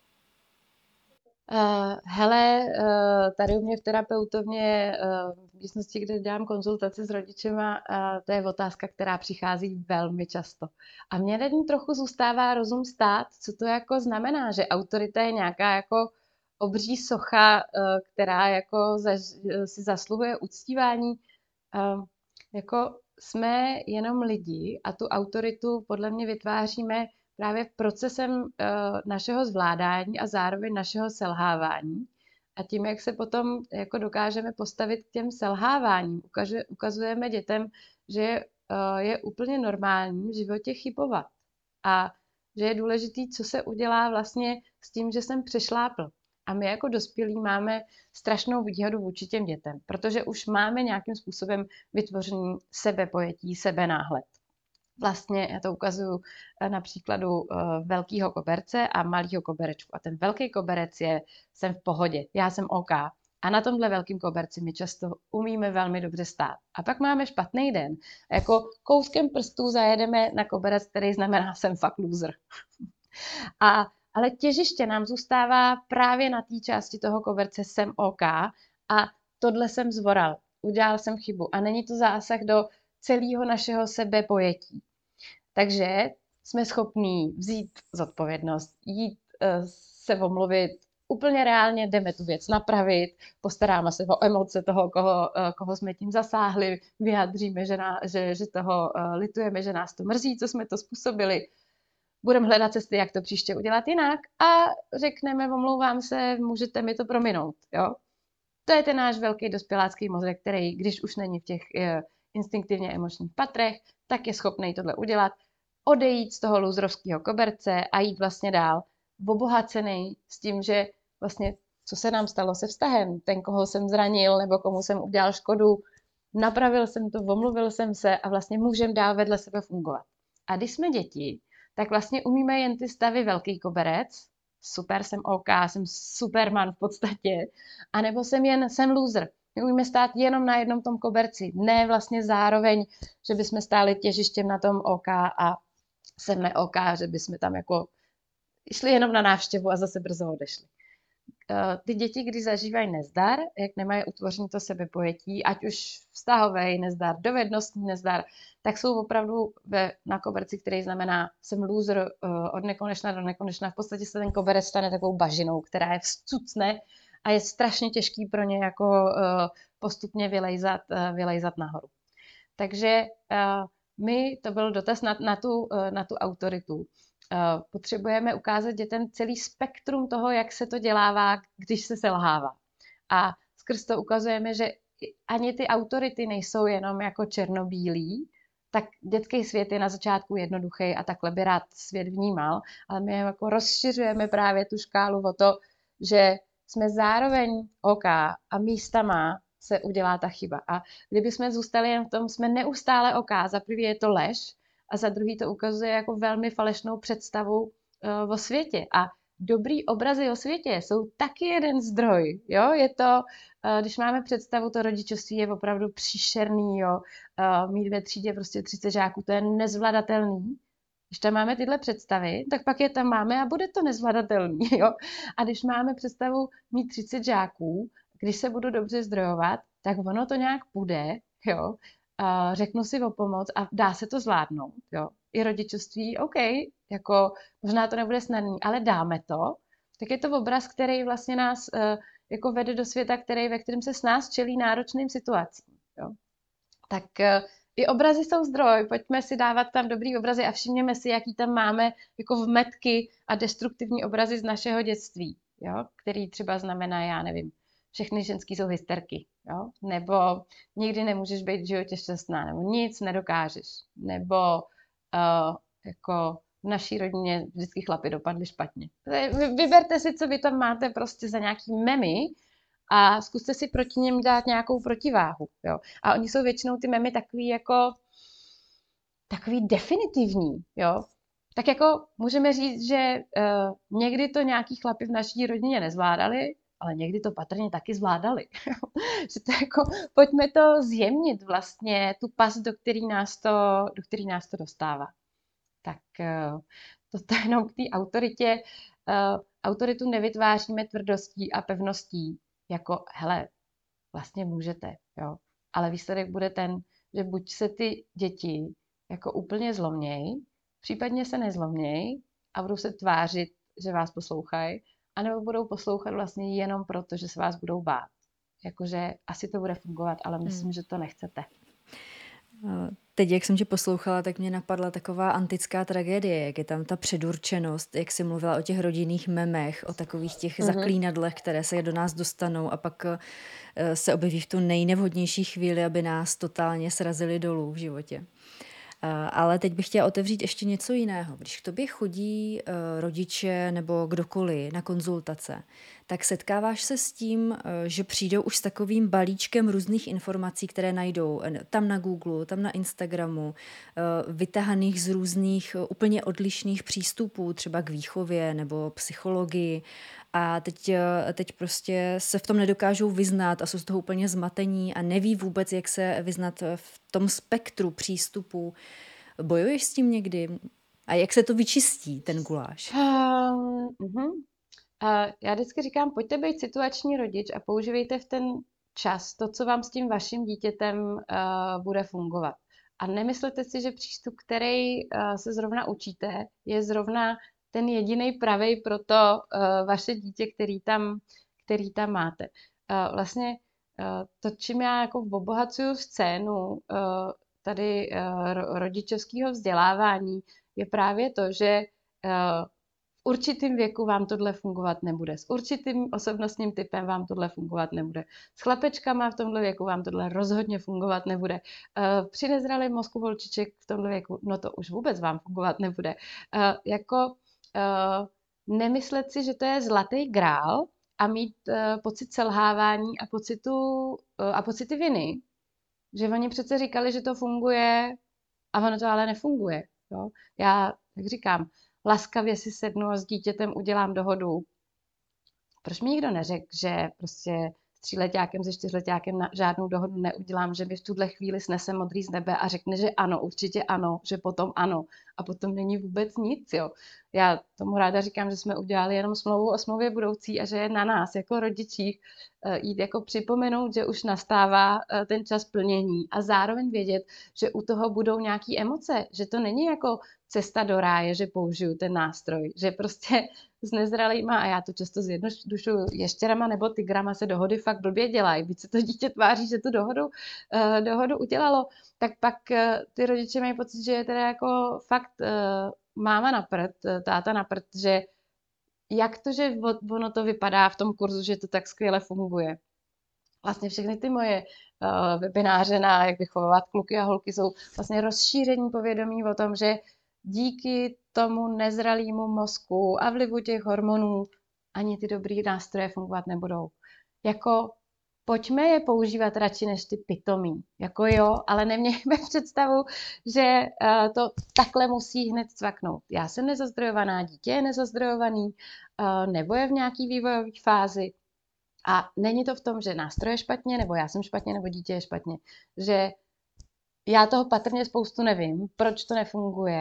[SPEAKER 2] Uh, hele, uh, tady u mě v terapeutovně, uh, v místnosti, kde dělám konzultaci s rodičema, uh, to je otázka, která přichází velmi často. A mně nad ní trochu zůstává rozum stát, co to jako znamená, že autorita je nějaká jako obří socha, uh, která jako zaž, si zasluhuje uctívání. Uh, jako jsme jenom lidi a tu autoritu podle mě vytváříme právě procesem uh, našeho zvládání a zároveň našeho selhávání. A tím, jak se potom jako dokážeme postavit k těm selháváním, ukaže, ukazujeme dětem, že uh, je úplně normální v životě chybovat. A že je důležitý, co se udělá vlastně s tím, že jsem přešlápl. A my jako dospělí máme strašnou výhodu vůči těm dětem, protože už máme nějakým způsobem vytvořený sebepojetí, sebenáhled. Vlastně já to ukazuju na příkladu uh, velkého koberce a malého koberečku. A ten velký koberec je, jsem v pohodě, já jsem OK. A na tomhle velkém koberci my často umíme velmi dobře stát. A pak máme špatný den. A jako kouskem prstů zajedeme na koberec, který znamená, jsem fakt loser. a, ale těžiště nám zůstává právě na té části toho koberce, jsem OK. A tohle jsem zvoral. Udělal jsem chybu. A není to zásah do celého našeho sebepojetí. Takže jsme schopní vzít zodpovědnost, jít uh, se omluvit, úplně reálně jdeme tu věc napravit, postaráme se o emoce toho, koho, uh, koho jsme tím zasáhli, vyjádříme, že, na, že, že toho uh, litujeme, že nás to mrzí, co jsme to způsobili. Budeme hledat cesty, jak to příště udělat jinak a řekneme, omlouvám se, můžete mi to prominout. Jo? To je ten náš velký dospělácký mozek, který, když už není v těch uh, instinktivně emočních patrech, tak je schopný tohle udělat, odejít z toho lůzrovského koberce a jít vlastně dál, obohacený s tím, že vlastně, co se nám stalo se vztahem, ten, koho jsem zranil nebo komu jsem udělal škodu, napravil jsem to, omluvil jsem se a vlastně můžeme dál vedle sebe fungovat. A když jsme děti, tak vlastně umíme jen ty stavy velký koberec, super, jsem OK, jsem superman v podstatě, anebo jsem jen, jsem loser. My umíme stát jenom na jednom tom koberci, ne vlastně zároveň, že bychom stáli těžištěm na tom OK a jsem ne OK, že bychom tam jako šli jenom na návštěvu a zase brzo odešli. Ty děti, když zažívají nezdar, jak nemají utvořený to sebepojetí, ať už vztahový nezdar, dovednostní nezdar, tak jsou opravdu ve, na koberci, který znamená, jsem loser od nekonečna do nekonečna. V podstatě se ten koberec stane takovou bažinou, která je vstucne a je strašně těžký pro ně jako uh, postupně vylejzat, uh, vylejzat nahoru. Takže uh, my, to byl dotaz na, na, tu, uh, na tu autoritu. Uh, potřebujeme ukázat dětem celý spektrum toho, jak se to dělává, když se selhává. A skrz to ukazujeme, že ani ty autority nejsou jenom jako černobílí, tak dětský svět je na začátku jednoduchý a takhle by rád svět vnímal, ale my jako rozšiřujeme právě tu škálu o to, že jsme zároveň OK a místama se udělá ta chyba. A kdyby jsme zůstali jen v tom, jsme neustále OK, za prvý je to lež a za druhý to ukazuje jako velmi falešnou představu uh, o světě. A dobrý obrazy o světě jsou taky jeden zdroj. Jo? Je to, uh, když máme představu, to rodičovství je opravdu příšerný, jo? Uh, mít ve třídě prostě třicet žáků, to je nezvladatelný. Když tam máme tyhle představy, tak pak je tam máme a bude to nezvladatelný, jo. A když máme představu mít třicet žáků, když se budu dobře zdrojovat, tak ono to nějak půjde, jo. A řeknu si o pomoc a dá se to zvládnout, jo. I rodičovství, OK, jako možná to nebude snadný, ale dáme to, tak je to obraz, který vlastně nás uh, jako vede do světa, který, ve kterém se s nás čelí náročným situacím, jo. Tak uh, i obrazy jsou zdroj, pojďme si dávat tam dobrý obrazy a všimněme si, jaký tam máme jako vmetky a destruktivní obrazy z našeho dětství, jo, který třeba znamená, já nevím, všechny ženský jsou hysterky, jo, nebo nikdy nemůžeš být v životě šťastná, nebo nic nedokážeš, nebo uh, jako v naší rodině vždycky chlapi dopadly špatně. Vyberte si, co vy tam máte prostě za nějaký memy a zkuste si proti něm dát nějakou protiváhu. Jo. A oni jsou většinou ty memy takový jako takový definitivní. Jo. Tak jako můžeme říct, že uh, někdy to nějaký chlapi v naší rodině nezvládali, ale někdy to patrně taky zvládali. Že to jako, pojďme to zjemnit vlastně, tu past, do který nás to, do který nás to dostává. Tak uh, to je jenom k té autoritě. Uh, autoritu nevytváříme tvrdostí a pevností, jako, hele, vlastně můžete, jo. Ale výsledek bude ten, že buď se ty děti jako úplně zloměj, případně se nezloměj a budou se tvářit, že vás poslouchají, anebo budou poslouchat vlastně jenom proto, že se vás budou bát. Jakože asi to bude fungovat, ale myslím, hmm. že to nechcete.
[SPEAKER 1] Teď, jak jsem tě poslouchala, tak mě napadla taková antická tragédie, jak je tam ta předurčenost, jak jsi mluvila o těch rodinných memech, o takových těch mm-hmm. zaklínadlech, které se do nás dostanou a pak se objeví v tu nejnevhodnější chvíli, aby nás totálně srazili dolů v životě. Ale teď bych chtěla otevřít ještě něco jiného. Když k tobě chodí rodiče nebo kdokoliv na konzultace, tak setkáváš se s tím, že přijdou už s takovým balíčkem různých informací, které najdou tam na Google, tam na Instagramu, vytahaných z různých úplně odlišných přístupů, třeba k výchově nebo psychologii. A teď, teď prostě se v tom nedokážou vyznat a jsou z toho úplně zmatení a neví vůbec, jak se vyznat v tom spektru přístupů. Bojuješ s tím někdy? A jak se to vyčistí, ten guláš?
[SPEAKER 2] Um, uh-huh. uh, já vždycky říkám, pojďte být situační rodič a používejte v ten čas to, co vám s tím vaším dítětem uh, bude fungovat. A nemyslete si, že přístup, který uh, se zrovna učíte, je zrovna ten jediný pravej pro to uh, vaše dítě, který tam, který tam máte. Uh, vlastně uh, to, čím já jako obohacuju scénu uh, tady uh, rodičovského vzdělávání, je právě to, že uh, v určitým věku vám tohle fungovat nebude. S určitým osobnostním typem vám tohle fungovat nebude. S chlapečkama v tomhle věku vám tohle rozhodně fungovat nebude. Uh, při nezralém mozku holčiček v tomhle věku, no to už vůbec vám fungovat nebude. Uh, jako Uh, nemyslet si, že to je zlatý grál a mít uh, pocit selhávání a, pocitu, uh, a pocity viny, že oni přece říkali, že to funguje a ono to ale nefunguje. Jo? Já, jak říkám, laskavě si sednu a s dítětem udělám dohodu. Proč mi nikdo neřekl, že prostě s tříletákem, se čtyřletákem na žádnou dohodu neudělám, že mi v tuhle chvíli snese modrý z nebe a řekne, že ano, určitě ano, že potom ano a potom není vůbec nic, jo. Já tomu ráda říkám, že jsme udělali jenom smlouvu o smlouvě budoucí a že je na nás jako rodičích jít jako připomenout, že už nastává ten čas plnění a zároveň vědět, že u toho budou nějaké emoce, že to není jako cesta do ráje, že použiju ten nástroj, že prostě s nezralýma, a já to často zjednodušuju, ještěrama nebo tygrama se dohody fakt blbě dělají, byť se to dítě tváří, že tu dohodu, uh, dohodu udělalo, tak pak uh, ty rodiče mají pocit, že je teda jako fakt uh, máma na prd, táta na prd, že jak to, že ono to vypadá v tom kurzu, že to tak skvěle funguje. Vlastně všechny ty moje uh, webináře na jak vychovávat kluky a holky jsou vlastně rozšíření povědomí o tom, že díky tomu nezralému mozku a vlivu těch hormonů ani ty dobrý nástroje fungovat nebudou. Jako pojďme je používat radši než ty pitomí. Jako jo, ale nemějme představu, že uh, to takhle musí hned cvaknout. Já jsem nezazdrojovaná, dítě je nezazdrojovaný, uh, nebo je v nějaký vývojové fázi. A není to v tom, že nástroj je špatně, nebo já jsem špatně, nebo dítě je špatně. Že já toho patrně spoustu nevím, proč to nefunguje,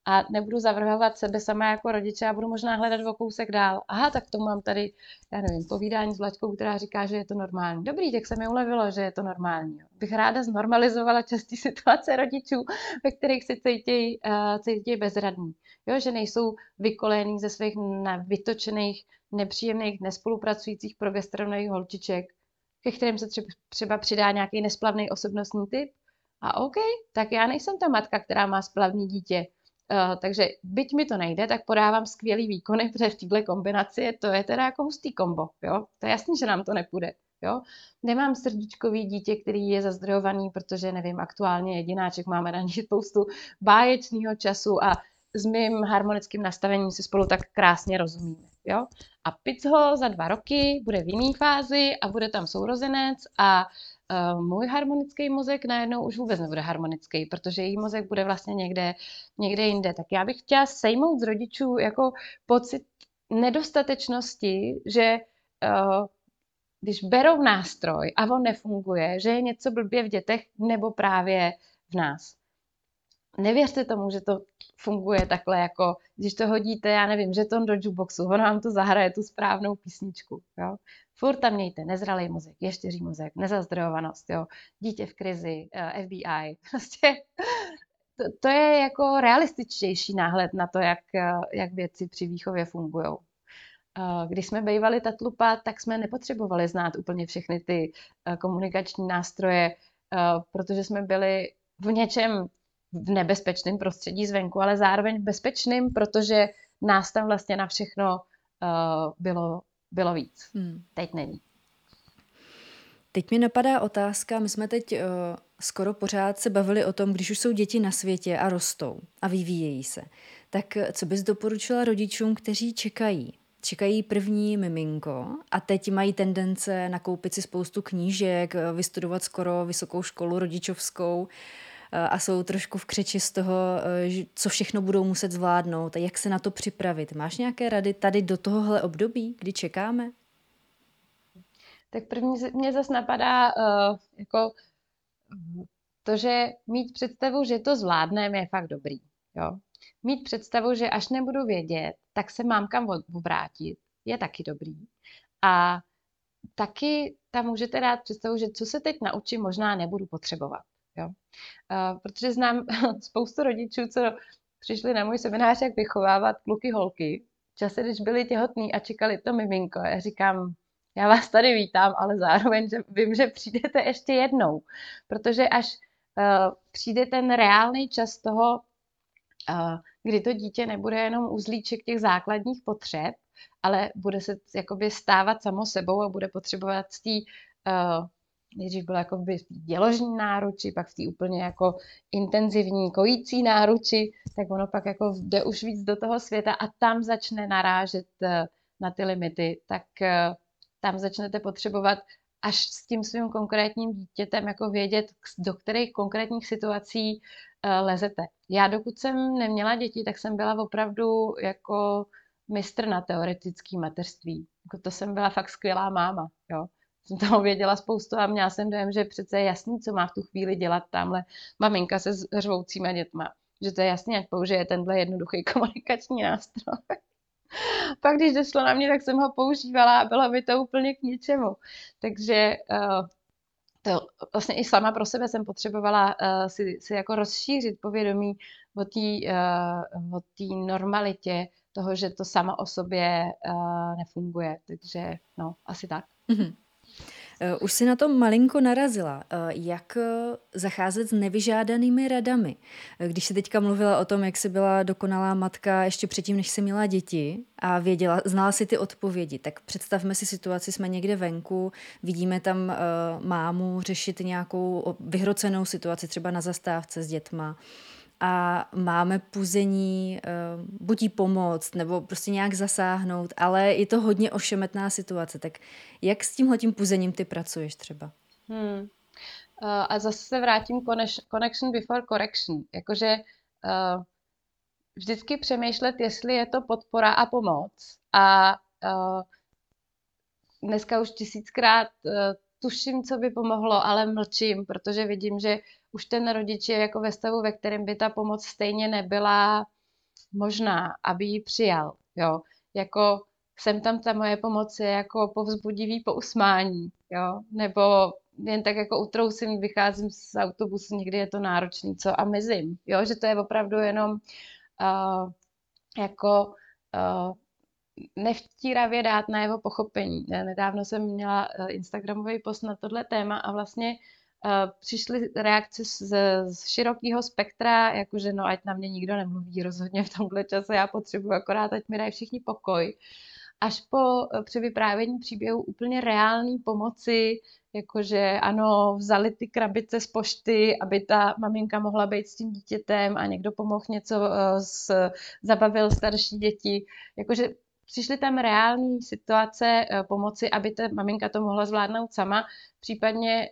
[SPEAKER 2] a nebudu zavrhovat sebe sama jako rodiče a budu možná hledat o kousek dál. Aha, tak to mám tady, já nevím, povídání s Vlaďkou, která říká, že je to normální. Dobrý, tak se mi ulevilo, že je to normální. Bych ráda znormalizovala časté situace rodičů, ve kterých se cítějí, uh, cítějí bezradní. Jo, že nejsou vykolejený ze svých vytočených, nepříjemných, nespolupracujících progesteronových holčiček, ke kterým se třeba, třeba přidá nějaký nesplavný osobnostní typ. A OK, tak já nejsem ta matka, která má splavný dítě. Uh, takže byť mi to nejde, tak podávám skvělý výkony, protože v této kombinaci to je teda jako hustý kombo. Jo? To je jasný, že nám to nepůjde. Jo? Nemám srdíčkový dítě, který je zazdrojovaný, protože nevím, aktuálně jedináček máme na ní spoustu báječného času a s mým harmonickým nastavením si spolu tak krásně rozumíme. Jo? A pic ho za dva roky bude v jiné fázi a bude tam sourozenec a uh, můj harmonický mozek najednou už vůbec nebude harmonický, protože její mozek bude vlastně někde, někde jinde. Tak já bych chtěla sejmout z rodičů jako pocit nedostatečnosti, že uh, když berou nástroj a on nefunguje, že je něco blbě v dětech nebo právě v nás. Nevěřte tomu, že to funguje takhle, jako když to hodíte, já nevím, žeton do jukeboxu, ono vám to zahraje tu správnou písničku. Jo? Furt tam mějte nezralý mozek, ještěří mozek, nezazdrojovanost, jo? Dítě v krizi, F B I. Prostě to, to je jako realističtější náhled na to, jak, jak věci při výchově fungují. Když jsme bývali tatlupa, tak jsme nepotřebovali znát úplně všechny ty komunikační nástroje, protože jsme byli v něčem v nebezpečném prostředí zvenku, ale zároveň bezpečným, protože nás tam vlastně na všechno uh, bylo, bylo víc. Hmm. Teď není.
[SPEAKER 1] Teď mi napadá otázka, my jsme teď uh, skoro pořád se bavili o tom, když už jsou děti na světě a rostou a vyvíjejí se, tak co bys doporučila rodičům, kteří čekají? Čekají první miminko a teď mají tendence nakoupit si spoustu knížek, vystudovat skoro vysokou školu rodičovskou a jsou trošku v křeči z toho, co všechno budou muset zvládnout a jak se na to připravit. Máš nějaké rady tady do tohohle období, kdy čekáme?
[SPEAKER 2] Tak první mě zase napadá uh, jako to, že mít představu, že to zvládneme, je fakt dobrý. Jo? Mít představu, že až nebudu vědět, tak se mám kam obrátit, je taky dobrý. A taky tam můžete dát představu, že co se teď naučím, možná nebudu potřebovat. Jo? Uh, protože znám spoustu rodičů, co přišli na můj seminář, jak vychovávat kluky holky. V čase, když byli těhotní a čekali to miminko. Já říkám, já vás tady vítám, ale zároveň že vím, že přijdete ještě jednou. Protože až uh, přijde ten reálný čas toho, uh, kdy to dítě nebude jenom uzlíček těch základních potřeb, ale bude se jakoby stávat samo sebou a bude potřebovat z té uh, nejdřív bylo jako v děložní náruči, pak v té úplně jako intenzivní kojící náruči, tak ono pak jako jde už víc do toho světa a tam začne narážet na ty limity, tak tam začnete potřebovat až s tím svým konkrétním dítětem jako vědět, do kterých konkrétních situací lezete. Já dokud jsem neměla děti, tak jsem byla opravdu jako mistr na teoretický mateřství. Jako to jsem byla fakt skvělá máma, jo. Jsem toho věděla spoustu a měla jsem dojem, že přece je jasný, co má v tu chvíli dělat tamhle maminka se řvoucíma dětma. Že to je jasný, ať použije tenhle jednoduchý komunikační nástroj. Pak když došlo na mě, tak jsem ho používala a bylo by to úplně k ničemu. Takže uh, to vlastně i sama pro sebe jsem potřebovala uh, si, si jako rozšířit povědomí o té uh, o té normalitě toho, že to sama o sobě uh, nefunguje. Takže no, asi tak.
[SPEAKER 1] Mm-hmm. Už si na to malinko narazila. Jak zacházet s nevyžádanými radami? Když jsi teďka mluvila o tom, jak jsi byla dokonalá matka ještě předtím, než jsi měla děti a věděla, znala si ty odpovědi, tak představme si situaci, jsme někde venku, vidíme tam uh, mámu řešit nějakou vyhrocenou situaci, třeba na zastávce s dětma, a máme puzení, buď jí pomoct, nebo prostě nějak zasáhnout, ale je to hodně ošemetná situace. Tak jak s tímhletím puzením ty pracuješ třeba?
[SPEAKER 2] Hmm. Uh, a zase se vrátím connection before correction. Jakože uh, vždycky přemýšlet, jestli je to podpora a pomoc. A uh, dneska už tisíckrát uh, tuším, co by pomohlo, ale mlčím, protože vidím, že už ten rodič je jako ve stavu, ve kterém by ta pomoc stejně nebyla možná, aby ji přijal, jo, jako jsem tam, ta moje pomoc je jako povzbudivý pousmání, jo, nebo jen tak jako utrousím, vycházím z autobusu, někdy je to náročný, co a mizím, jo, že to je opravdu jenom uh, jako uh, nevtíravě dát na jeho pochopení. Nedávno jsem měla instagramový post na tohle téma a vlastně uh, přišly reakce z, z širokého spektra, jakože no, ať na mě nikdo nemluví rozhodně v tomhle čase, já potřebuji akorát, ať mi dají všichni pokoj. Až po při vyprávění příběhu úplně reální pomoci, jakože ano, vzali ty krabice z pošty, aby ta maminka mohla být s tím dítětem a někdo pomohl něco, s, zabavil starší děti. Jakože přišly tam reální situace pomoci, aby ta maminka to mohla zvládnout sama, případně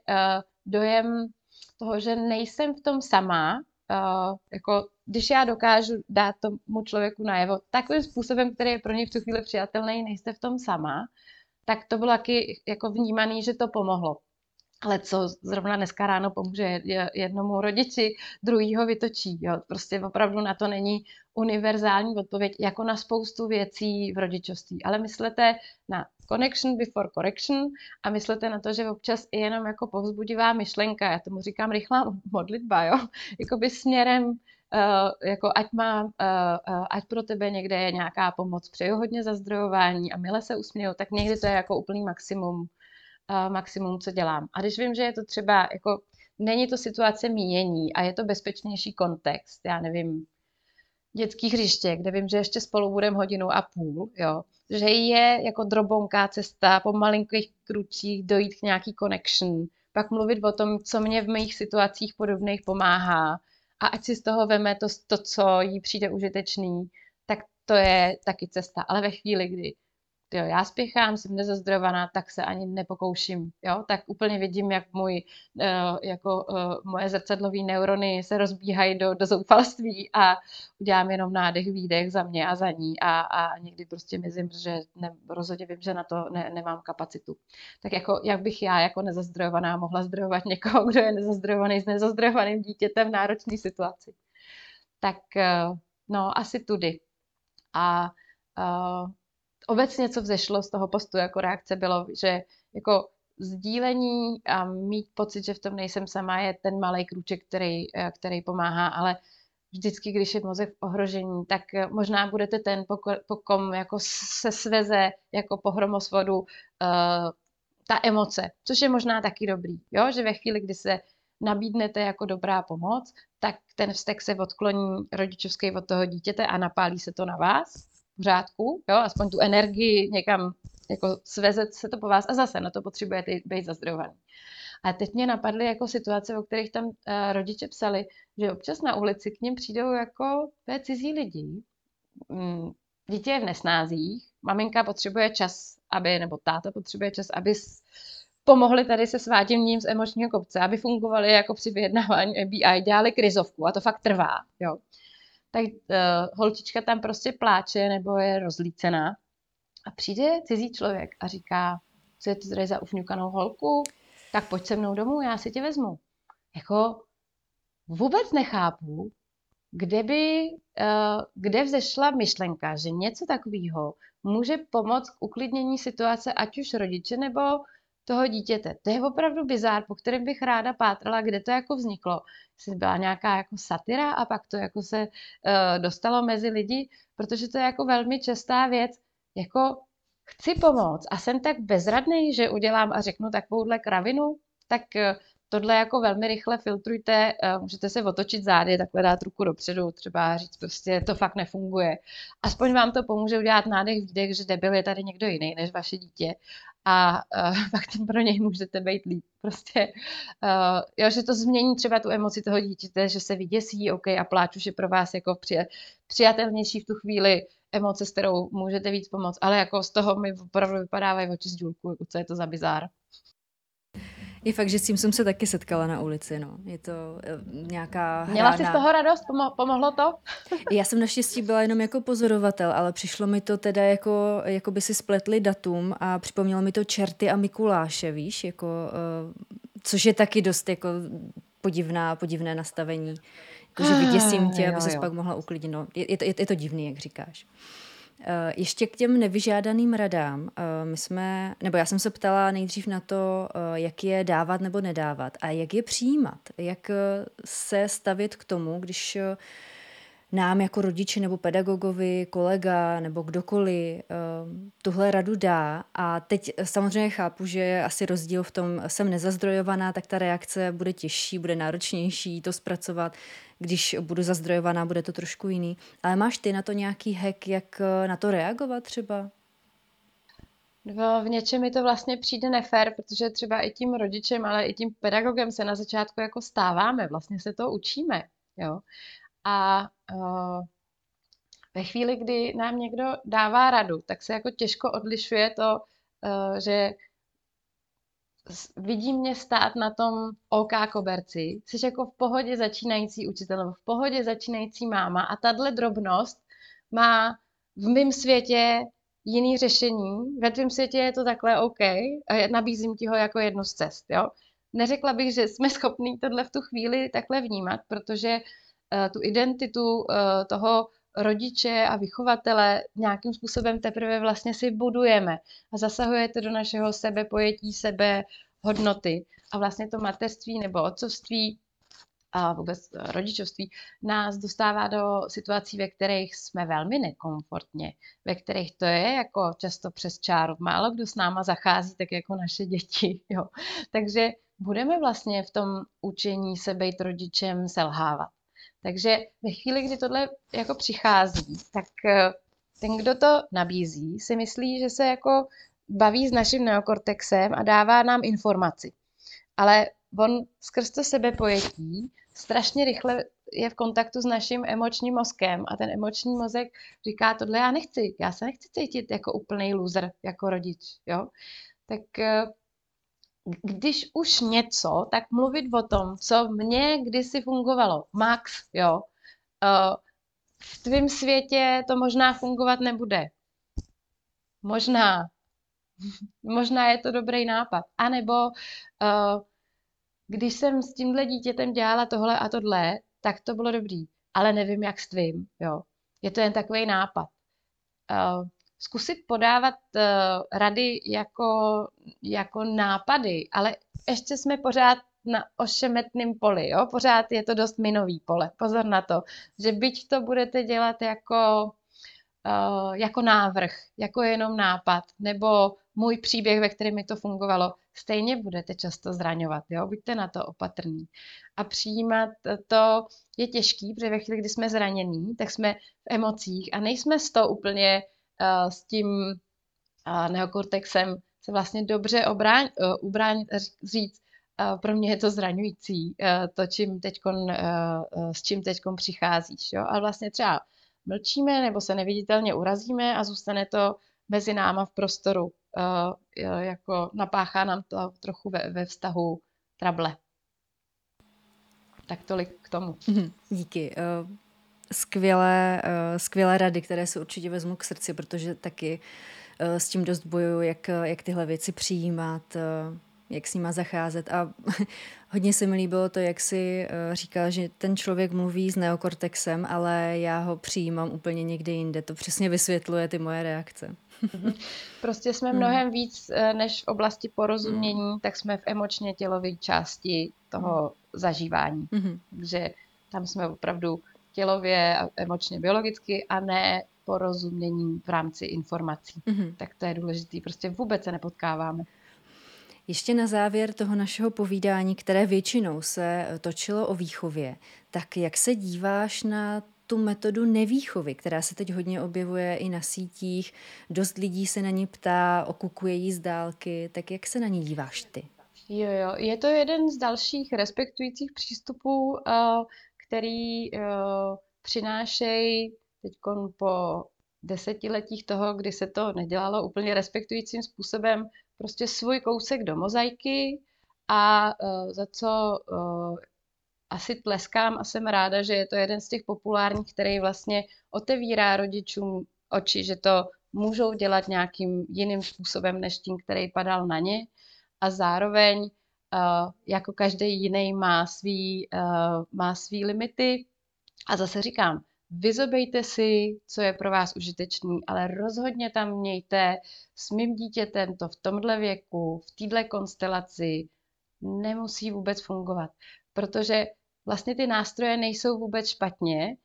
[SPEAKER 2] dojem toho, že nejsem v tom sama, Uh, jako, když já dokážu dát tomu člověku najevo takovým způsobem, který je pro něj v tu chvíli přijatelný, nejste v tom sama, tak to bylo taky jako vnímaný, že to pomohlo. Ale co zrovna dneska ráno pomůže jednomu rodiči, druhýho vytočí. Jo. Prostě opravdu na to není univerzální odpověď, jako na spoustu věcí v rodičovství. Ale myslete na connection before correction a myslete na to, že občas i jenom jako povzbudivá myšlenka, já tomu říkám rychlá modlitba, jo, jakoby směrem, uh, jako ať má, uh, uh, ať pro tebe někde je nějaká pomoc, přeju hodně zazdrojování a mile se usměju, tak někdy to je jako úplný maximum, Uh, maximum, co dělám. A když vím, že je to třeba, jako není to situace míjení a je to bezpečnější kontext, já nevím, dětský hřiště, kde vím, že ještě spolu budeme hodinu a půl, jo, že je jako drobonká cesta po malinkých kručích dojít k nějaký connection, pak mluvit o tom, co mě v mých situacích podobných pomáhá a ať si z toho veme to, to co jí přijde užitečný, tak to je taky cesta. Ale ve chvíli, kdy jo, já spěchám, jsem nezazdrojovaná, tak se ani nepokouším, jo, tak úplně vidím, jak můj, uh, jako uh, moje zrcadlové neurony se rozbíhají do, do zoufalství a udělám jenom nádech, výdech za mě a za ní a, a někdy prostě mizím, že ne, rozhodně vím, že na to ne, nemám kapacitu. Tak jako, jak bych já jako nezazdrojovaná mohla zdrojovat někoho, kdo je nezazdrojovaný s nezazdrojovaným dítětem v náročné situaci. Tak uh, no, asi tudy. A uh, obecně, co vzešlo z toho postu jako reakce, bylo, že jako sdílení a mít pocit, že v tom nejsem sama, je ten malý krůček, který, který pomáhá, ale vždycky, když je mozek v ohrožení, tak možná budete ten, po kom jako se sveze jako po hromosvodu uh, ta emoce, což je možná taky dobrý, jo? Že ve chvíli, kdy se nabídnete jako dobrá pomoc, tak ten vztek se odkloní rodičovský od toho dítěte a napálí se to na vás. V řádku, jo, aspoň tu energii někam jako svezet se to po vás a zase na to potřebujete být zazdrojovaný. A teď mě napadly jako situace, o kterých tam uh, rodiče psali, že občas na ulici k nim přijdou jako cizí lidi, mm, dítě je v nesnázích, maminka potřebuje čas, aby, nebo táta potřebuje čas, aby s, pomohli tady se sváděním z emočního kopce, aby fungovali jako při vyjednávání A B I, dělali krizovku a to fakt trvá, jo. Tak uh, holčička tam prostě pláče nebo je rozlícená a přijde cizí člověk a říká, co je to tady za ufňukanou holku, tak pojď se mnou domů, já si tě vezmu. Jako vůbec nechápu, kde by, uh, kde vzešla myšlenka, že něco takového může pomoct k uklidnění situace ať už rodiče nebo toho dítěte. To je opravdu bizár, po kterém bych ráda pátrala, kde to jako vzniklo. Jestli byla nějaká jako satira a pak to jako se uh, dostalo mezi lidi, protože to je jako velmi častá věc. Jako chci pomoct a jsem tak bezradnej, že udělám a řeknu takovouhle kravinu, tak uh, tohle jako velmi rychle filtrujte, uh, můžete se otočit zády, takhle dát ruku dopředu, třeba říct prostě to fakt nefunguje. Aspoň vám to pomůže udělat nádech, výdech, že debil je tady někdo jiný než vaše dítě. A uh, pak tím pro něj můžete být líp. Prostě, uh, jo, že to změní třeba tu emoci toho dítěte, že se vyděsí, OK, a pláč už je pro vás jako při, přijatelnější v tu chvíli emoce, s kterou můžete víc pomoct, ale jako z toho mi opravdu vypadávají oči z důlku, jako co je to za bizár.
[SPEAKER 1] Je fakt, že s tím jsem se taky setkala na ulici, no. Je to nějaká
[SPEAKER 2] Měla
[SPEAKER 1] hra
[SPEAKER 2] jsi
[SPEAKER 1] na...
[SPEAKER 2] z toho radost? Pomo- pomohlo to?
[SPEAKER 1] Já jsem naštěstí byla jenom jako pozorovatel, ale přišlo mi to teda jako, jako by si spletli datum a připomnělo mi to Čerty a Mikuláše, víš, jako, uh, což je taky dost jako podivná, podivné nastavení. Jakože vyděsím tě, aby
[SPEAKER 2] Jo,
[SPEAKER 1] ses
[SPEAKER 2] jo.
[SPEAKER 1] pak mohla uklidnit. No, je, je, to, je, je to divný, jak říkáš. Uh, ještě k těm nevyžádaným radám. Uh, my jsme, nebo já jsem se ptala nejdřív na to, uh, jak je dávat nebo nedávat a jak je přijímat. Jak uh, se stavět k tomu, když uh, nám jako rodiči nebo pedagogovi, kolega nebo kdokoliv uh, tuhle radu dá. A teď samozřejmě chápu, že je asi rozdíl v tom, jsem nezazdrojovaná, tak ta reakce bude těžší, bude náročnější to zpracovat. Když budu zazdrojovaná, bude to trošku jiný. Ale máš ty na to nějaký hack, jak na to reagovat třeba?
[SPEAKER 2] No, v něčem mi to vlastně přijde nefér, protože třeba i tím rodičem, ale i tím pedagogem se na začátku jako stáváme, vlastně se to učíme, jo. A uh, ve chvíli, kdy nám někdo dává radu, tak se jako těžko odlišuje to, uh, že vidí mě stát na tom OK koberci, jsi jako v pohodě začínající učitel nebo v pohodě začínající máma a tahle drobnost má v mém světě jiný řešení, ve tvém světě je to takhle OK a nabízím ti ho jako jednu z cest, jo. Neřekla bych, že jsme schopní tohle v tu chvíli takhle vnímat, protože uh, tu identitu uh, toho rodiče a vychovatele nějakým způsobem teprve vlastně si budujeme a zasahuje to do našeho sebepojetí, sebe hodnoty a vlastně to mateřství nebo otcovství a vůbec rodičovství nás dostává do situací, ve kterých jsme velmi nekomfortně, ve kterých to je jako často přes čáru. Málo kdo s náma zachází tak jako naše děti. Jo. Takže budeme vlastně v tom učení se být rodičem selhávat. Takže ve chvíli, kdy tohle jako přichází, tak ten, kdo to nabízí, si myslí, že se jako baví s naším neokortexem a dává nám informaci. Ale on skrz to sebepojetí strašně rychle je v kontaktu s naším emočním mozkem a ten emoční mozek říká, tohle já nechci, já se nechci cítit jako úplný loser, jako rodič, jo. Tak když už něco, tak mluvit o tom, co mně kdysi fungovalo. Max, jo. V tvém světě to možná fungovat nebude. Možná. Možná je to dobrý nápad. A nebo když jsem s tímhle dítětem dělala tohle a tohle, tak to bylo dobrý. Ale nevím, jak s tvým, jo. Je to jen takový nápad. Zkusit podávat uh, rady jako, jako nápady, ale ještě jsme pořád na ošemetném poli, jo? Pořád je to dost minový pole. Pozor na to, že byť to budete dělat jako, uh, jako návrh, jako jenom nápad, nebo můj příběh, ve kterém mi to fungovalo, stejně budete často zraňovat, jo? Buďte na to opatrní. A přijímat to je těžký, protože ve chvíli, kdy jsme zranění, tak jsme v emocích a nejsme z toho úplně Uh, s tím uh, neokortexem se vlastně dobře obrán, uh, ubránit a říct, uh, pro mě je to zraňující, uh, to, čím teďkon, uh, uh, s čím teďkon přicházíš. Jo? Ale vlastně třeba mlčíme nebo se neviditelně urazíme a zůstane to mezi náma v prostoru. Uh, jako napáchá nám to trochu ve, ve vztahu trable. Tak tolik k tomu.
[SPEAKER 1] Díky. Uh... Skvělé, uh, skvělé rady, které si určitě vezmu k srdci, protože taky uh, s tím dost bojuju, jak, jak tyhle věci přijímat, uh, jak s nima zacházet. A hodně se mi líbilo to, jak si uh, říkal, že ten člověk mluví s neokortexem, ale já ho přijímám úplně někde jinde. To přesně vysvětluje ty moje reakce.
[SPEAKER 2] Prostě jsme mnohem víc než v oblasti porozumění, tak jsme v emočně tělové části toho zažívání. Takže tam jsme opravdu tělově, emočně, biologicky a ne porozuměním v rámci informací. Mm-hmm. Tak to je důležité. Prostě vůbec se nepotkáváme.
[SPEAKER 1] Ještě na závěr toho našeho povídání, které většinou se točilo o výchově, tak jak se díváš na tu metodu nevýchovy, která se teď hodně objevuje i na sítích, dost lidí se na ní ptá, okukuje jí z dálky, tak jak se na ní díváš ty?
[SPEAKER 2] Jo, jo, je to jeden z dalších respektujících přístupů, který uh, přinášejí teď po desetiletích toho, kdy se to nedělalo úplně respektujícím způsobem, prostě svůj kousek do mozaiky a uh, za co uh, asi tleskám a jsem ráda, že je to jeden z těch populárních, který vlastně otevírá rodičům oči, že to můžou dělat nějakým jiným způsobem, než tím, který padal na ně a zároveň Uh, jako každý jiný má svý, uh, má svý limity A zase říkám, vyzobejte si, co je pro vás užitečný, ale rozhodně tam mějte s mým dítětem to v tomhle věku, v téhle konstelaci nemusí vůbec fungovat, protože vlastně ty nástroje nejsou vůbec špatně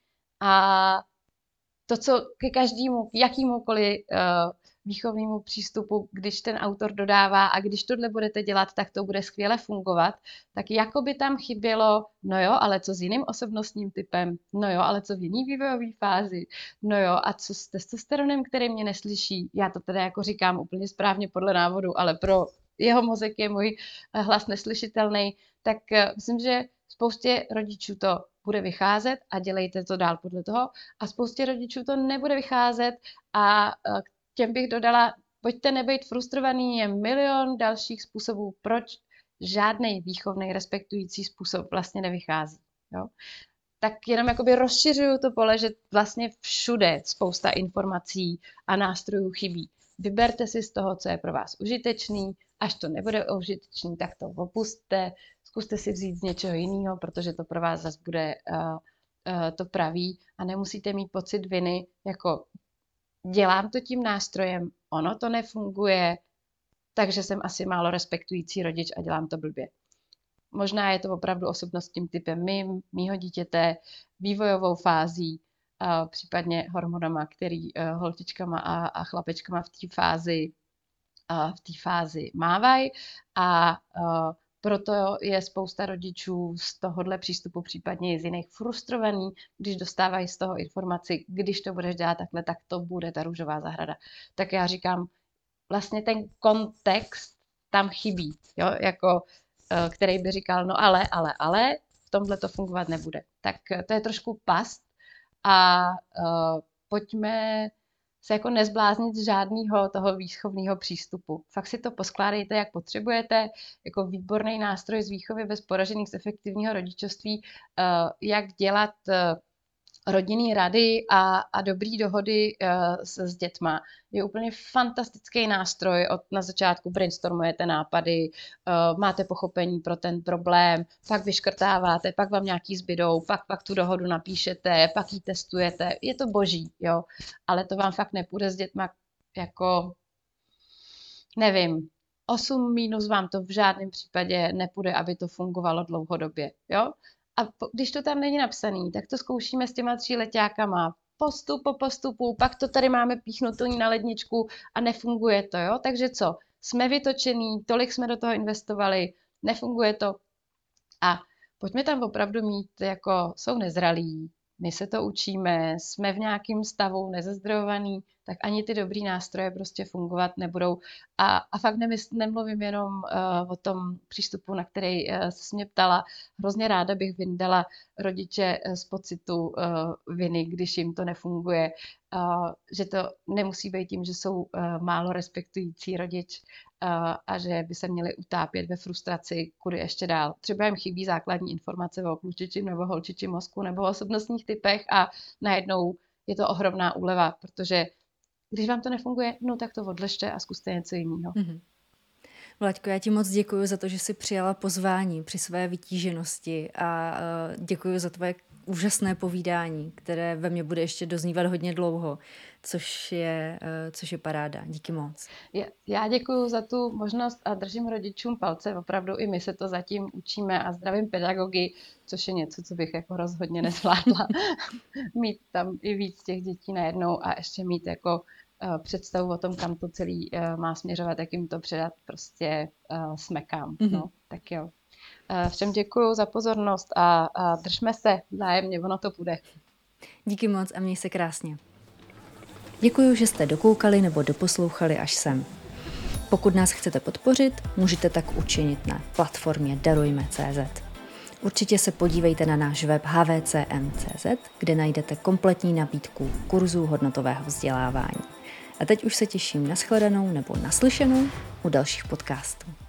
[SPEAKER 2] a to, co ke každému, jakýmukoliv uh, výchovnému přístupu, když ten autor dodává a když tohle budete dělat, tak to bude skvěle fungovat, tak jako by tam chybělo, no jo, ale co s jiným osobnostním typem, no jo, ale co v jiný vývojové fázi, no jo, a co s testosteronem, který mě neslyší, já to teda jako říkám úplně správně podle návodu, ale pro jeho mozek je můj hlas neslyšitelný, tak uh, myslím, že spoustě rodičů to bude vycházet a dělejte to dál podle toho. A spoustě rodičů to nebude vycházet a k těm bych dodala, pojďte nebejt frustrovaný, je milion dalších způsobů, proč žádný výchovný respektující způsob vlastně nevychází. Jo? Tak jenom jakoby rozšiřuju to pole, že vlastně všude spousta informací a nástrojů chybí. Vyberte si z toho, co je pro vás užitečný, až to nebude užitečný, tak to opusťte, zkuste si vzít z něčeho jiného, protože to pro vás zase bude uh, uh, to pravý a nemusíte mít pocit viny, jako dělám to tím nástrojem, ono to nefunguje, takže jsem asi málo respektující rodič a dělám to blbě. Možná je to opravdu osobnostním typem mým, mýho dítěte, vývojovou fází, uh, případně hormonama, který uh, holčičkama a, a chlapečkama v té fázi, uh, v té fázi mávají a uh, proto je spousta rodičů z tohohle přístupu, případně i z jiných frustrovaný, když dostávají z toho informaci, když to budeš dělat takhle, tak to bude ta růžová zahrada. Tak já říkám, vlastně ten kontext tam chybí, jo? Jako, který by říkal, no ale, ale, ale, v tomhle to fungovat nebude. Tak to je trošku past a uh, pojďme se jako nezbláznit z žádného toho výchovného přístupu. Fakt si to poskládejte, jak potřebujete, jako výborný nástroj z výchovy bez poražených z efektivního rodičovství, jak dělat rodinný rady a, a dobrý dohody uh, s, s dětma. Je úplně fantastický nástroj, od na začátku brainstormujete nápady, uh, máte pochopení pro ten problém, pak vyškrtáváte, pak vám nějaký zbydou, pak, pak tu dohodu napíšete, pak ji testujete. Je to boží, jo, ale to vám fakt nepůjde s dětma jako, nevím, osm minus vám to v žádném případě nepůjde, aby to fungovalo dlouhodobě, jo. A když to tam není napsaný, tak to zkoušíme s těma tříletákama postup po postupu, pak to tady máme píchnutelný na ledničku a nefunguje to, jo? Takže co? Jsme vytočený, tolik jsme do toho investovali, nefunguje to a pojďme tam opravdu mít, jako jsou nezralí, my se to učíme, jsme v nějakém stavu nezazdrojovaný, tak ani ty dobrý nástroje prostě fungovat nebudou. A, a fakt nemysl, nemluvím jenom uh, o tom přístupu, na který uh, se mě ptala. Hrozně ráda bych vyndala rodiče uh, z pocitu uh, viny, když jim to nefunguje. Uh, že to nemusí být tím, že jsou uh, málo respektující rodič uh, a že by se měli utápět ve frustraci, kudy ještě dál. Třeba jim chybí základní informace o klučičím nebo holčičím mozku nebo o osobnostních typech a najednou je to ohromná úleva, protože když vám to nefunguje, no tak to odležte a zkuste něco jiného.
[SPEAKER 1] Mm-hmm. Vlaďko, já ti moc děkuji za to, že jsi přijala pozvání při své vytíženosti a děkuji za tvoje úžasné povídání, které ve mně bude ještě doznívat hodně dlouho, což je, což je paráda. Díky moc.
[SPEAKER 2] Já děkuji za tu možnost a držím rodičům palce. Opravdu i my se to zatím učíme a zdravím pedagogy, což je něco, co bych jako rozhodně nezvládla. Mít tam i víc těch dětí najednou a ještě mít jako uh, představu o tom, kam to celý uh, má směřovat, jak jim to předat, prostě uh, smekám. Mm-hmm. No, tak jo. Uh, všem děkuji za pozornost a, a držme se vzájemně, ono to půjde.
[SPEAKER 1] Díky moc a měj se krásně. Děkuji, že jste dokoukali nebo doposlouchali až sem. Pokud nás chcete podpořit, můžete tak učinit na platformě darujme tečka cé zet. Určitě se podívejte na náš web h v c m tečka cé zet, kde najdete kompletní nabídku kurzů hodnotového vzdělávání. A teď už se těším na shledanou nebo naslyšenou u dalších podcastů.